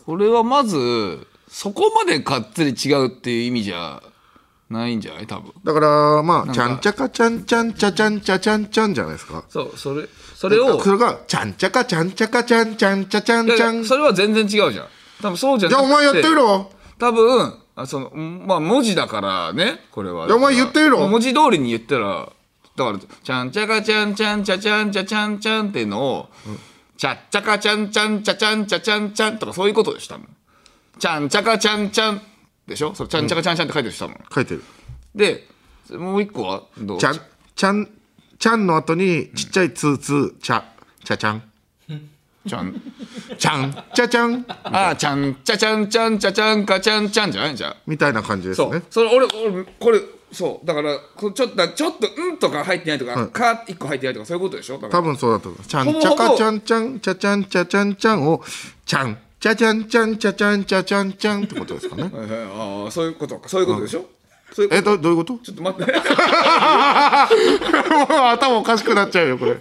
これはまずそこまでがっつり違うっていう意味じゃないんじゃない多分。 だからまあちゃんちゃかちゃんちゃんちゃちゃんちゃちゃんちゃんじゃないですか。 そうそれそれをそれがちゃんちゃかちゃんちゃかちゃんちゃんちゃちゃんちゃん。 それは全然違うじゃん。多分そうじゃなくて。 じゃあお前やってみろ。 多分あそのまあ文字だからねこれは。 お前言ってみろ。 文字通りに言ったらだからちゃんちゃかちゃんちゃんちゃちゃんちゃちゃんちゃんっていうのを、うん、ちゃっちゃかちゃんちゃんちゃちゃんちゃちゃんちゃんとかそういうことでしたもん。ちゃんちゃかちゃんちゃんでしょ。それちゃんちゃかちゃんちゃんって書いてるしたもん。 書いてる。 でもう一個はどう？ ちゃんちゃんちゃんの後にちっちゃいツーツーちゃちゃちゃんちゃんちゃんちゃちゃんああちゃんちゃちゃんちゃんちゃちゃんかちゃんちゃんじゃないじゃんみたいな感じですね。 そうそれ俺俺これそうだからちょっとちょっとうんとか入ってないとか、うん、か一個入ってないとかそういうことでしょ。 多分そうだと思う。ちゃんちゃかちゃんちゃんちゃちゃんちゃちゃんちゃんをちゃんちゃちゃんちゃんちゃちゃんちゃちゃんちゃんってことですかね。 ああそういうことかそういうことでしょ。うんそういうえどどういうこと？ ちょっと待ってもう頭おかしくなっちゃうよこれ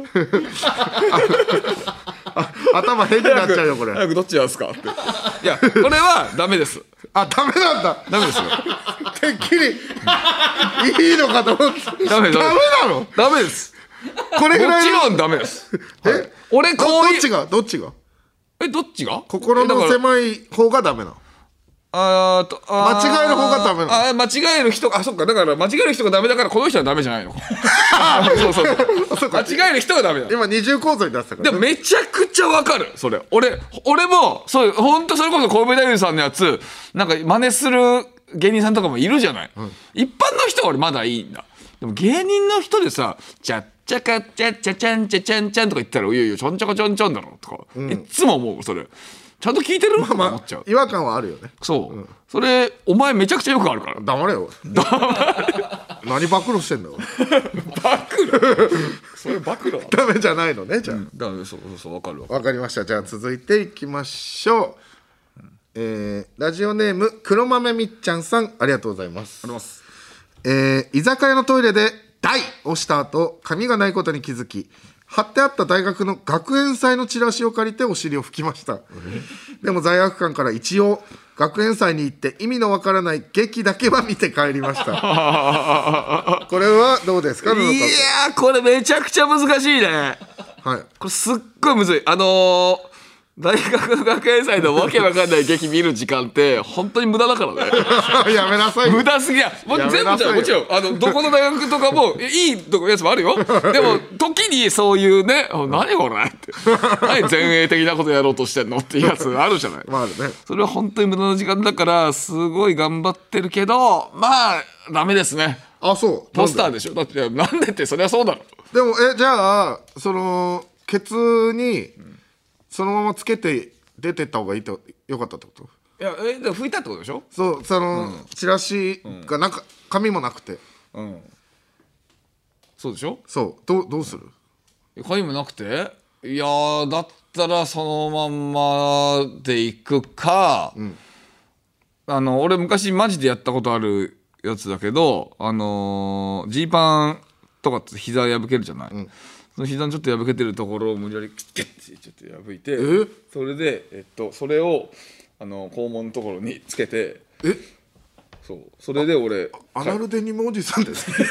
頭変になっちゃうよこれ。 早くどっちなんですかっていやこれはダメです。 あダメなんだ。 ダメですよてっきりいいのかと思ってダメダメなの？ ダメです。 これぐらいもちろんダメです。 え、 はい、俺こういうどっちがどっちがえどっちが心の狭い方がダメなの？ あとあ間違える方がダメなの？ あ間違える人があそっかだから間違える人がダメだからこの人はダメじゃないのそうそうそうそう間違える人がダメだ。 今二重構造になってたから、 ね、でもめちゃくちゃわかるそれ。俺俺もそう本当それこそ小梅太夫さんのやつなんか真似する芸人さんとかもいるじゃない、うん、一般の人は俺まだいいんだ。でも芸人の人でさちゃっちゃかちゃちゃちゃんちゃちゃんちゃんとか言ったらいやいやちょんちゃかちょんちょんだろとか、うん、いつも思うそれちゃんと聞いてる、まあまあ、思っちゃう。 違和感はあるよね。 そう、うん、それお前めちゃくちゃよくあるから黙れよ何暴露してんだよ暴露それ暴露ダメじゃないのねじゃあ、うん、 ダメそうそうそう分かるわかりました。じゃあ続いていきましょう、えー、ラジオネーム黒豆みっちゃんさんありがとうございます。 ありがとうございます。 えー、居酒屋のトイレで大をした後紙がないことに気づき貼ってあった大学の学園祭のチラシを借りてお尻を拭きました。でも罪悪感から一応学園祭に行って意味のわからない劇だけは見て帰りましたこれはどうですか？いやーこれめちゃくちゃ難しいね。はい、これすっごいむずい。あのー大学の学園祭のわけわかんない劇見る時間って本当に無駄だからねやめなさい無駄すぎやもう全部じゃもちろんあのどこの大学とかもいいとこやつもあるよでも時にそういうね何これって何前衛的なことやろうとしてんのっていうやつあるじゃない、 まああるね、 それは本当に無駄な時間だからすごい頑張ってるけどまあダメですね。 あそうポスターでしょ。だってなんでってそれはそうだろ。 でもえじゃあそのケツにそのままつけて出てった方がいいとよかったってこと？ いやえで拭いたってことでしょ。 そうその、うん、チラシがなんか紙もなくて、うん、 そうでしょ。 そうどうどうする？ 紙もなくていやだったらそのまんまでいくか、うん、あの俺昔マジでやったことあるやつだけどあのー、ジーパンとかって膝破けるじゃない、うん、その膝のちょっと破けてるところを無理やりキュッてちょっと破いてそれで、えっと、それをあの肛門のところにつけてえそうそれで俺アナルデニムおじさんですね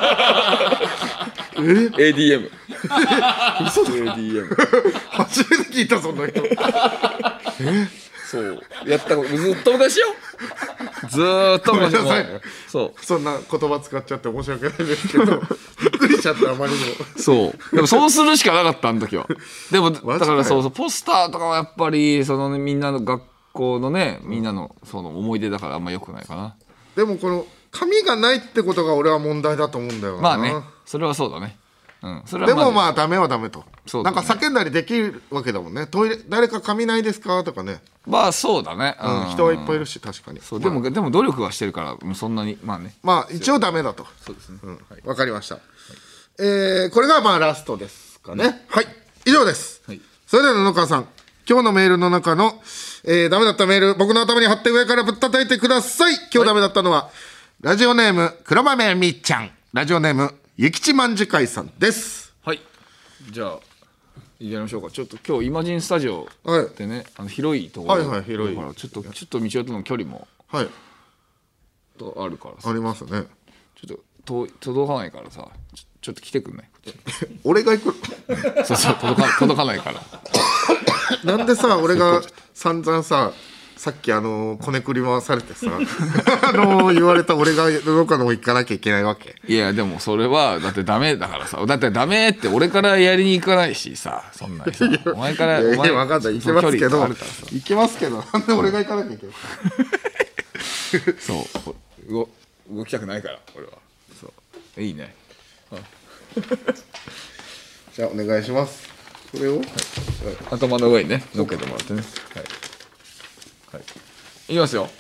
え エーディーエム嘘だエーディーエム初めて聞いたそんな人えそうやったことずっと昔よずーっと昔もそうそんな言葉使っちゃって申し訳ないですけどびっくりしちゃったあまりにもそうでもそうするしかなかったあの時はでもだからそうそうポスターとかはやっぱりその、ね、みんなの学校のねみんなのその思い出だからあんま良くないかな。 でもこの紙がないってことが俺は問題だと思うんだよな。 まあねそれはそうだね、うん、それはでもまあダメはダメと、 ね、 なんか叫んだりできるわけだもんね。トイレ誰か紙ないですかとかね。 まあそうだね、 うん、人はいっぱいいるし確かにそう、まあ、でもでも努力はしてるからそんなにまあねまあ一応ダメだと。 そうですね、 うんはい、分かりました、はいえー、これがまあラストですかね、うん、はい以上です、はい、それでは布川さん今日のメールの中の、えー、ダメだったメール僕の頭に貼って上からぶったたいてください。今日ダメだったのは、はい、ラジオネーム黒豆みっちゃんラジオネームゆきちまんじゅ会さんです。 はいじゃあやりましょうか。ちょっと今日イマジンスタジオでね、はい、あの広いところ、 はいはい、広いからちょっとちょっと道夫との距離もはいとあるからさ、 ありますね。 ちょっと遠届かないからさ、ちょ、ちょっと来てくんない？ 俺が行くそうそう、届か届かないからなんでさ、俺が散々さ、さっきあのこねくり回されてさあの言われた俺がどこかの方行かなきゃいけないわけ。 いやでもそれはだってダメだからさ、だってダメって俺からやりに行かないしさ、そんなにさお前からいやいやお前分かんない、行けますけど行けますけどなんで俺が行かなきゃいけないそう動動きたくないから俺は。そういいね、うん、 じゃあお願いします。これを、はい、 頭の上にね乗っけてもらってね、はいはい、いきますよ。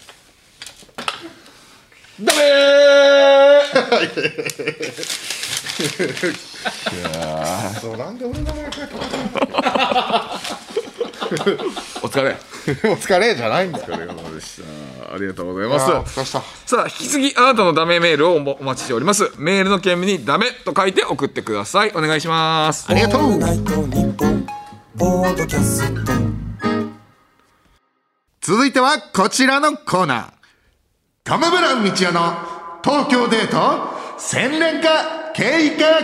ダメーいやそうなんで俺の名前書いてお疲れお疲れじゃないんだよ。 お疲れ様でした。ありがとうございます。 お疲れした。 さあ引き続きあなたのダメメールをお待ちしております。メールの件名にダメと書いて送ってください。お願いします。 ありがとう。続いてはこちらのコーナー、トム・ブラウン道夫の東京デート洗練化計画。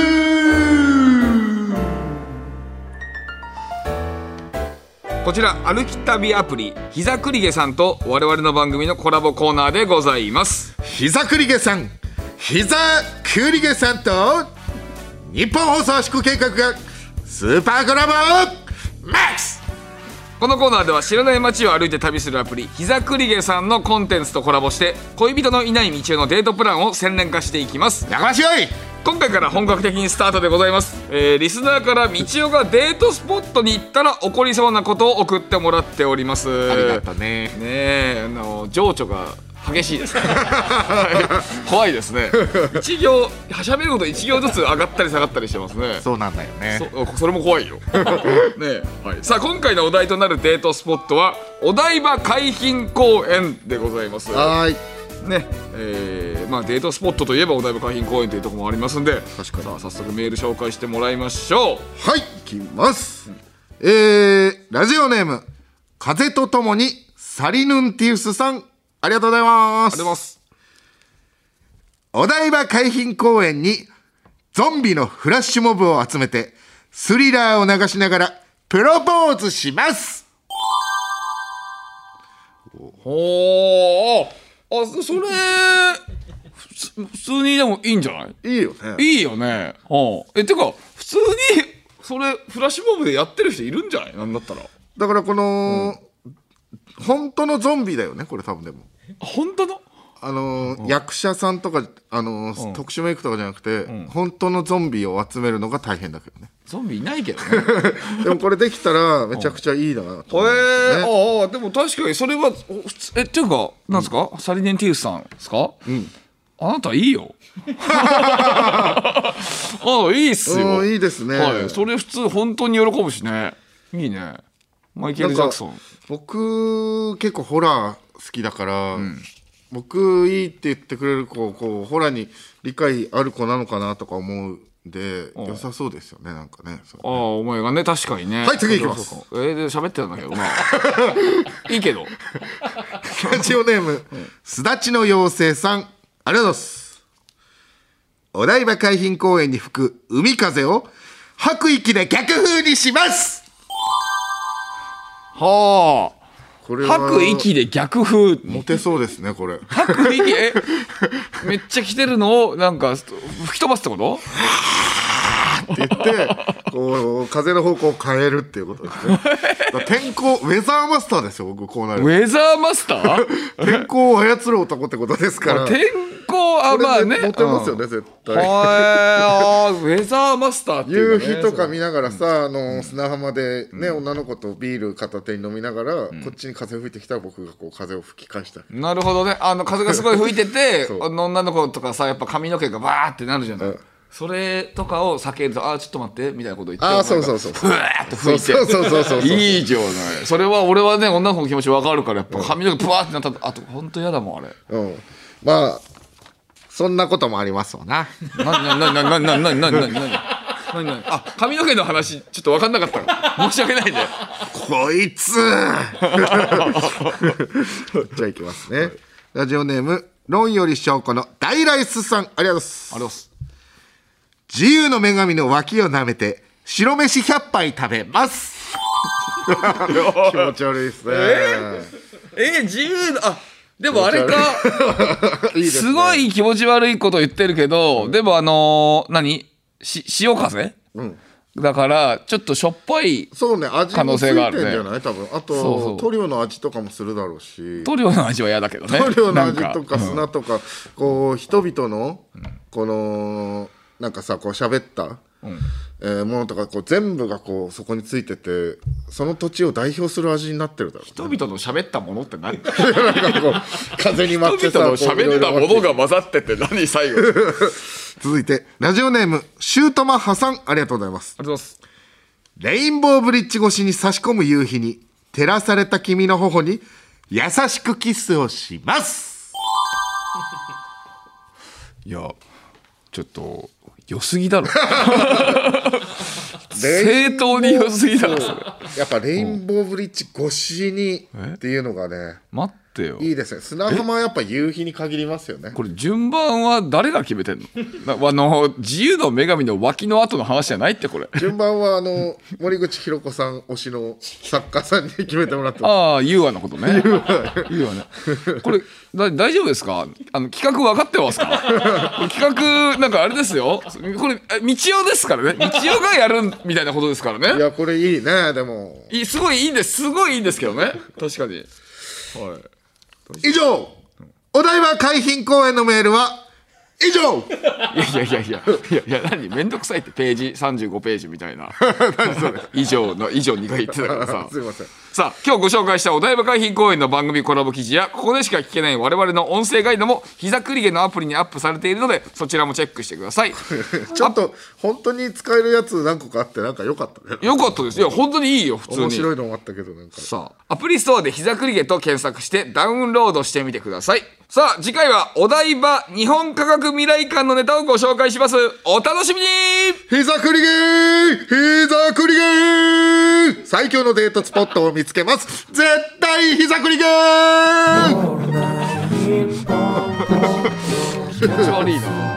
こちら歩き旅アプリ膝栗毛さんと我々の番組のコラボコーナーでございます。 膝栗毛さん、膝栗毛さんと日本放送圧縮計画がスーパーコラボマックス。 このコーナーでは知らない街を歩いて旅するアプリ膝栗毛さんのコンテンツとコラボして恋人のいない道夫のデートプランを洗練化していきます。 やかましい。 今回から本格的にスタートでございます、えー、リスナーから道夫がデートスポットに行ったら起こりそうなことを送ってもらっております。 ありがとうね。 ねえ、あの情緒が激しいですね怖いですね。一行喋ること一行ずつ上がったり下がったりしてますね。 そうなんだよね。 そ, それも怖いよねえ、はい、さあ今回のお題となるデートスポットはお台場海浜公園でございます。 はいねえーまあ、デートスポットといえばお台場海浜公園というところもありますんで、 確かに。 さあ早速メール紹介してもらいましょう。 はい、いきます、うん、えー、ラジオネーム風とともにサリヌンティウスさん、ありがとうございます。 ありがとうございます。 お台場海浜公園にゾンビのフラッシュモブを集めてスリラーを流しながらプロポーズします。 ほー、あ、それ普通にでもいいんじゃない？ いいよね。 いいよね。はあ、えてか普通にそれフラッシュモブでやってる人いるんじゃない？なんだったら。 だからこの、うん、本当のゾンビだよねこれ多分。でも本当のあのーうん、役者さんとか、あのーうん、特殊メイクとかじゃなくて、うん、本当のゾンビを集めるのが大変だけどね。 ゾンビいないけどねでもこれできたらめちゃくちゃいいなと思うんですよね。 えー、ああでも確かにそれはえっていうかなんですか、うん、サリネンティウスさんですか、うん、あなたいいよああいいっすよ。 いいですね、 はい、それ普通本当に喜ぶしね。いいね。マイケル・ジャクソン。 僕結構ホラー好きだから、うん、僕いいって言ってくれる子、こうホラーに理解ある子なのかなとか思うで良さそうですよね。なんか ね, ねああお前がね確かにね。 はい次いきます。 えー、で喋ってたんだけどまあいいけどラジオネームすだちの妖精さん、ありがとうございます。お台場海浜公園に吹く海風を吐く息で逆風にします。 はあこれは吐く息で逆風モテそうですねこれ。 吐く息えめっちゃ来てるのをなんか吹き飛ばすってことって言ってこう風の方向を変えるっていうことですね。天候ウェザーマスターですよ僕こうなる。 ウェザーマスター天候を操る男ってことですから。 天候あまあねモテますよね、うん、絶対。 あウェザーマスターっていう、ね、 夕日とか見ながらさ、あの砂浜でね、うん、女の子とビール片手に飲みながら、うん、こっちに風吹いてきたら僕がこう風を吹き返した。 なるほどね。あの風がすごい吹いてて女の子とかさやっぱ髪の毛がバーってなるじゃない、うん、それとかを避けるとあちょっと待ってみたいなこと言ってあそうそうそうふわーって吹いてそうそうそうそうそういいじゃない。それは俺はね女の子の気持ち分かるからやっぱ髪の毛ブワーってなったあと本当嫌だもんあれ、 うん、まあそんなこともありますわな。 なななななななななな何何あ髪の毛の話ちょっと分かんなかったの申し訳ないねこいつじゃあいきますね。ラジオネーム論より証拠の大ライスさん、ありがとうございます。 ありがとうございます。 自由の女神の脇を舐めて白飯ひゃっぱい食べます気持ち悪いですね。 えー、えー、自由のあでもあれかいいですね、 すごい気持ち悪いこと言ってるけど、うん、でもあのー、何し潮風、うん、だからちょっとしょっぱい可能性があるね。そうね、味もついてんじゃない多分。あとそうそう塗料の味とかもするだろうし。 塗料の味は嫌だけどね。 塗料の味とか砂とか、うん、こう人々のこのなんかさこう喋った、うんえー、ものとかこう全部がこうそこについててその土地を代表する味になってるだろう、ね、 人々の喋ったものって何なんかこう風に舞ってさ人々の喋ったものが混ざってて何最後続いてラジオネームシュートマッハさん、ありがとうございます。 ありがとうございます。 レインボーブリッジ越しに差し込む夕日に照らされた君の頬に優しくキスをしますいやちょっと良すぎだろ正当に良すぎだろやっぱレインボーブリッジ越しにっていうのがね待ってよいいですね。砂浜はやっぱ夕日に限りますよね。 これ順番は誰が決めてんのあの自由の女神の脇の後の話じゃないってこれ順番はあの森口博子さん推しの作家さんに決めてもらってます。 ああ優愛のことね優愛ねこれだ大丈夫ですかあの企画分かってますか企画なんかあれですよこれ道夫ですからね道夫がやるみたいなことですからね。 いやこれいいね。でもいいすごいいいんですすごいいいんですけどね確かに、はい以上お台場海浜公園のメールは以上。 いやいやいやいやいやいや何めんどくさいってページさんじゅうごページみたいな何それ以上の以上に回言ってたからさすいません。 さあ今日ご紹介したお台場海浜公園の番組コラボ記事やここでしか聞けない我々の音声ガイドも膝栗毛のアプリにアップされているのでそちらもチェックしてくださいちょっと本当に使えるやつ何個かあってなんか良かったね。 良かったです。いや本当にいいよ普通に面白いのもあったけどなんかさあアプリストアで膝栗毛と検索してダウンロードしてみてください。さあ次回はお台場日本科学未来館のネタをご紹介します。お楽しみに。 膝栗毛膝栗毛最強のデートスポットを見つけます。絶対膝栗毛気持ち悪いな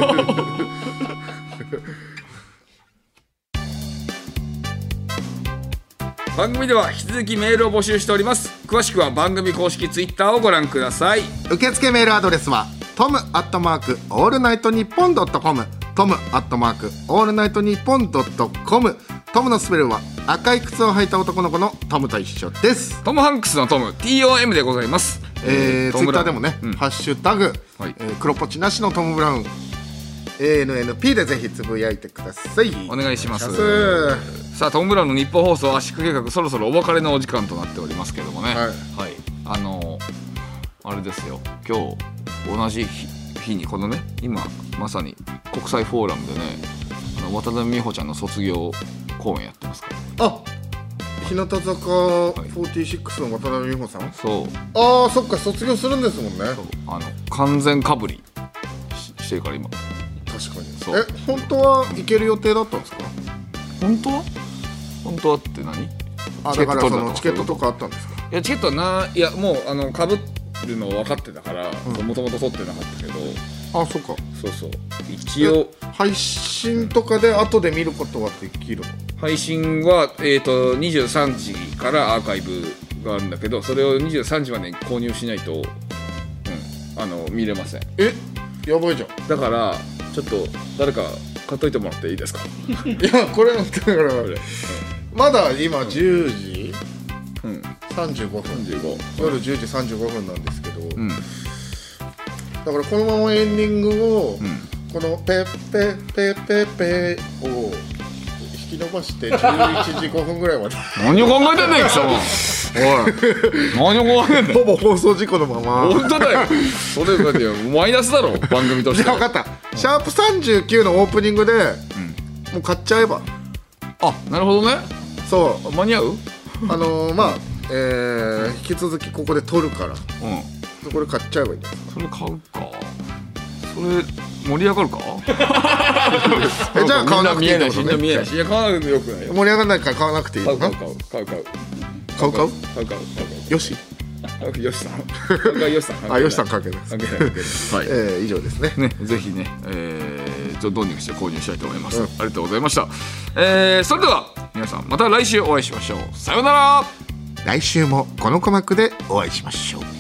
番組では引き続きメールを募集しております。詳しくは番組公式ツイッターをご覧ください。 受付メールアドレスはトムアットマークオールナイトニッポンドットコムトムアットマークオールナイトニッポンドットコム。トムのスペルは赤い靴を履いた男の子のトムと一緒です。 トムハンクスのトム ティーオーエム でございます。 えー、ツイッターでもね、うん、ハッシュタグ、はいえー、黒ポチなしのトムブラウン エーエヌエヌピー でぜひつぶやいてください。 お願いします。さあトムブラウンの日本放送圧縮計画そろそろお別れのお時間となっておりますけどもね、はい、はい、あのー、あれですよ今日同じ 日, 日にこのね今まさに国際フォーラムでねあの渡辺美穂ちゃんの卒業公演やってますから。 あ日向坂フォーティーシックスの渡辺美穂さん。 そうああそっか卒業するんですもんね。 そうあの完全かぶり し, してるから今。 確かにそうえ本当は行ける予定だったんですか。 本当は本当はって何あだからそのチケットとかあったんですか。 いやチケットはないやもうあのかぶるの分かってたからもともと取ってなかったけど。 あそっかそうそう一応配信とかで後で見ることはできるの。 配信は、えー、とにじゅうさんじからアーカイブがあるんだけどそれをにじゅうさんじまでに購入しないと、うん、あの見れません。 えやばいじゃん。 だからちょっと誰か買っといてもらっていいですか。 いやこれだから、うん、まだ今じゅうじ、うん、さんじゅうごふん夜じゅうじさんじゅうごふんなんですけど、うん、だからこのままエンディングを、うん、このペッペッペッペッペッを引き伸ばしてじゅういちじごふんぐらいまで何を考えてんねん貴様おい何を考えてんねん。 ほぼ放送事故のまま。 本当だよそれだってマイナスだろ番組として。 じゃあ分かったシャープさんじゅうきゅうのオープニングで、うん、もう買っちゃえば。 あなるほどね。 そう間に合うあのー、まあ、えー、引き続きここで撮るから、うん、そこで買っちゃえばいいんだよ。 それ買うかそれ盛り上がるかえじゃあ買わなくていいってことね。 みんな見えないし、いや買わなくてよくないよ。 盛り上がらないから買わなくていいのか。 買う買う買う買う買う買う買う買うよしよしさんよしさんあよしさん関係ない関係ない関係ないはい、 えー、以上ですね。 ね、ぜひね、えー、ちょっとどうにかして購入したいと思います、うん、ありがとうございました、えー、それでは皆さんまた来週お会いしましょう。さようなら。 来週もこの鼓膜でお会いしましょう。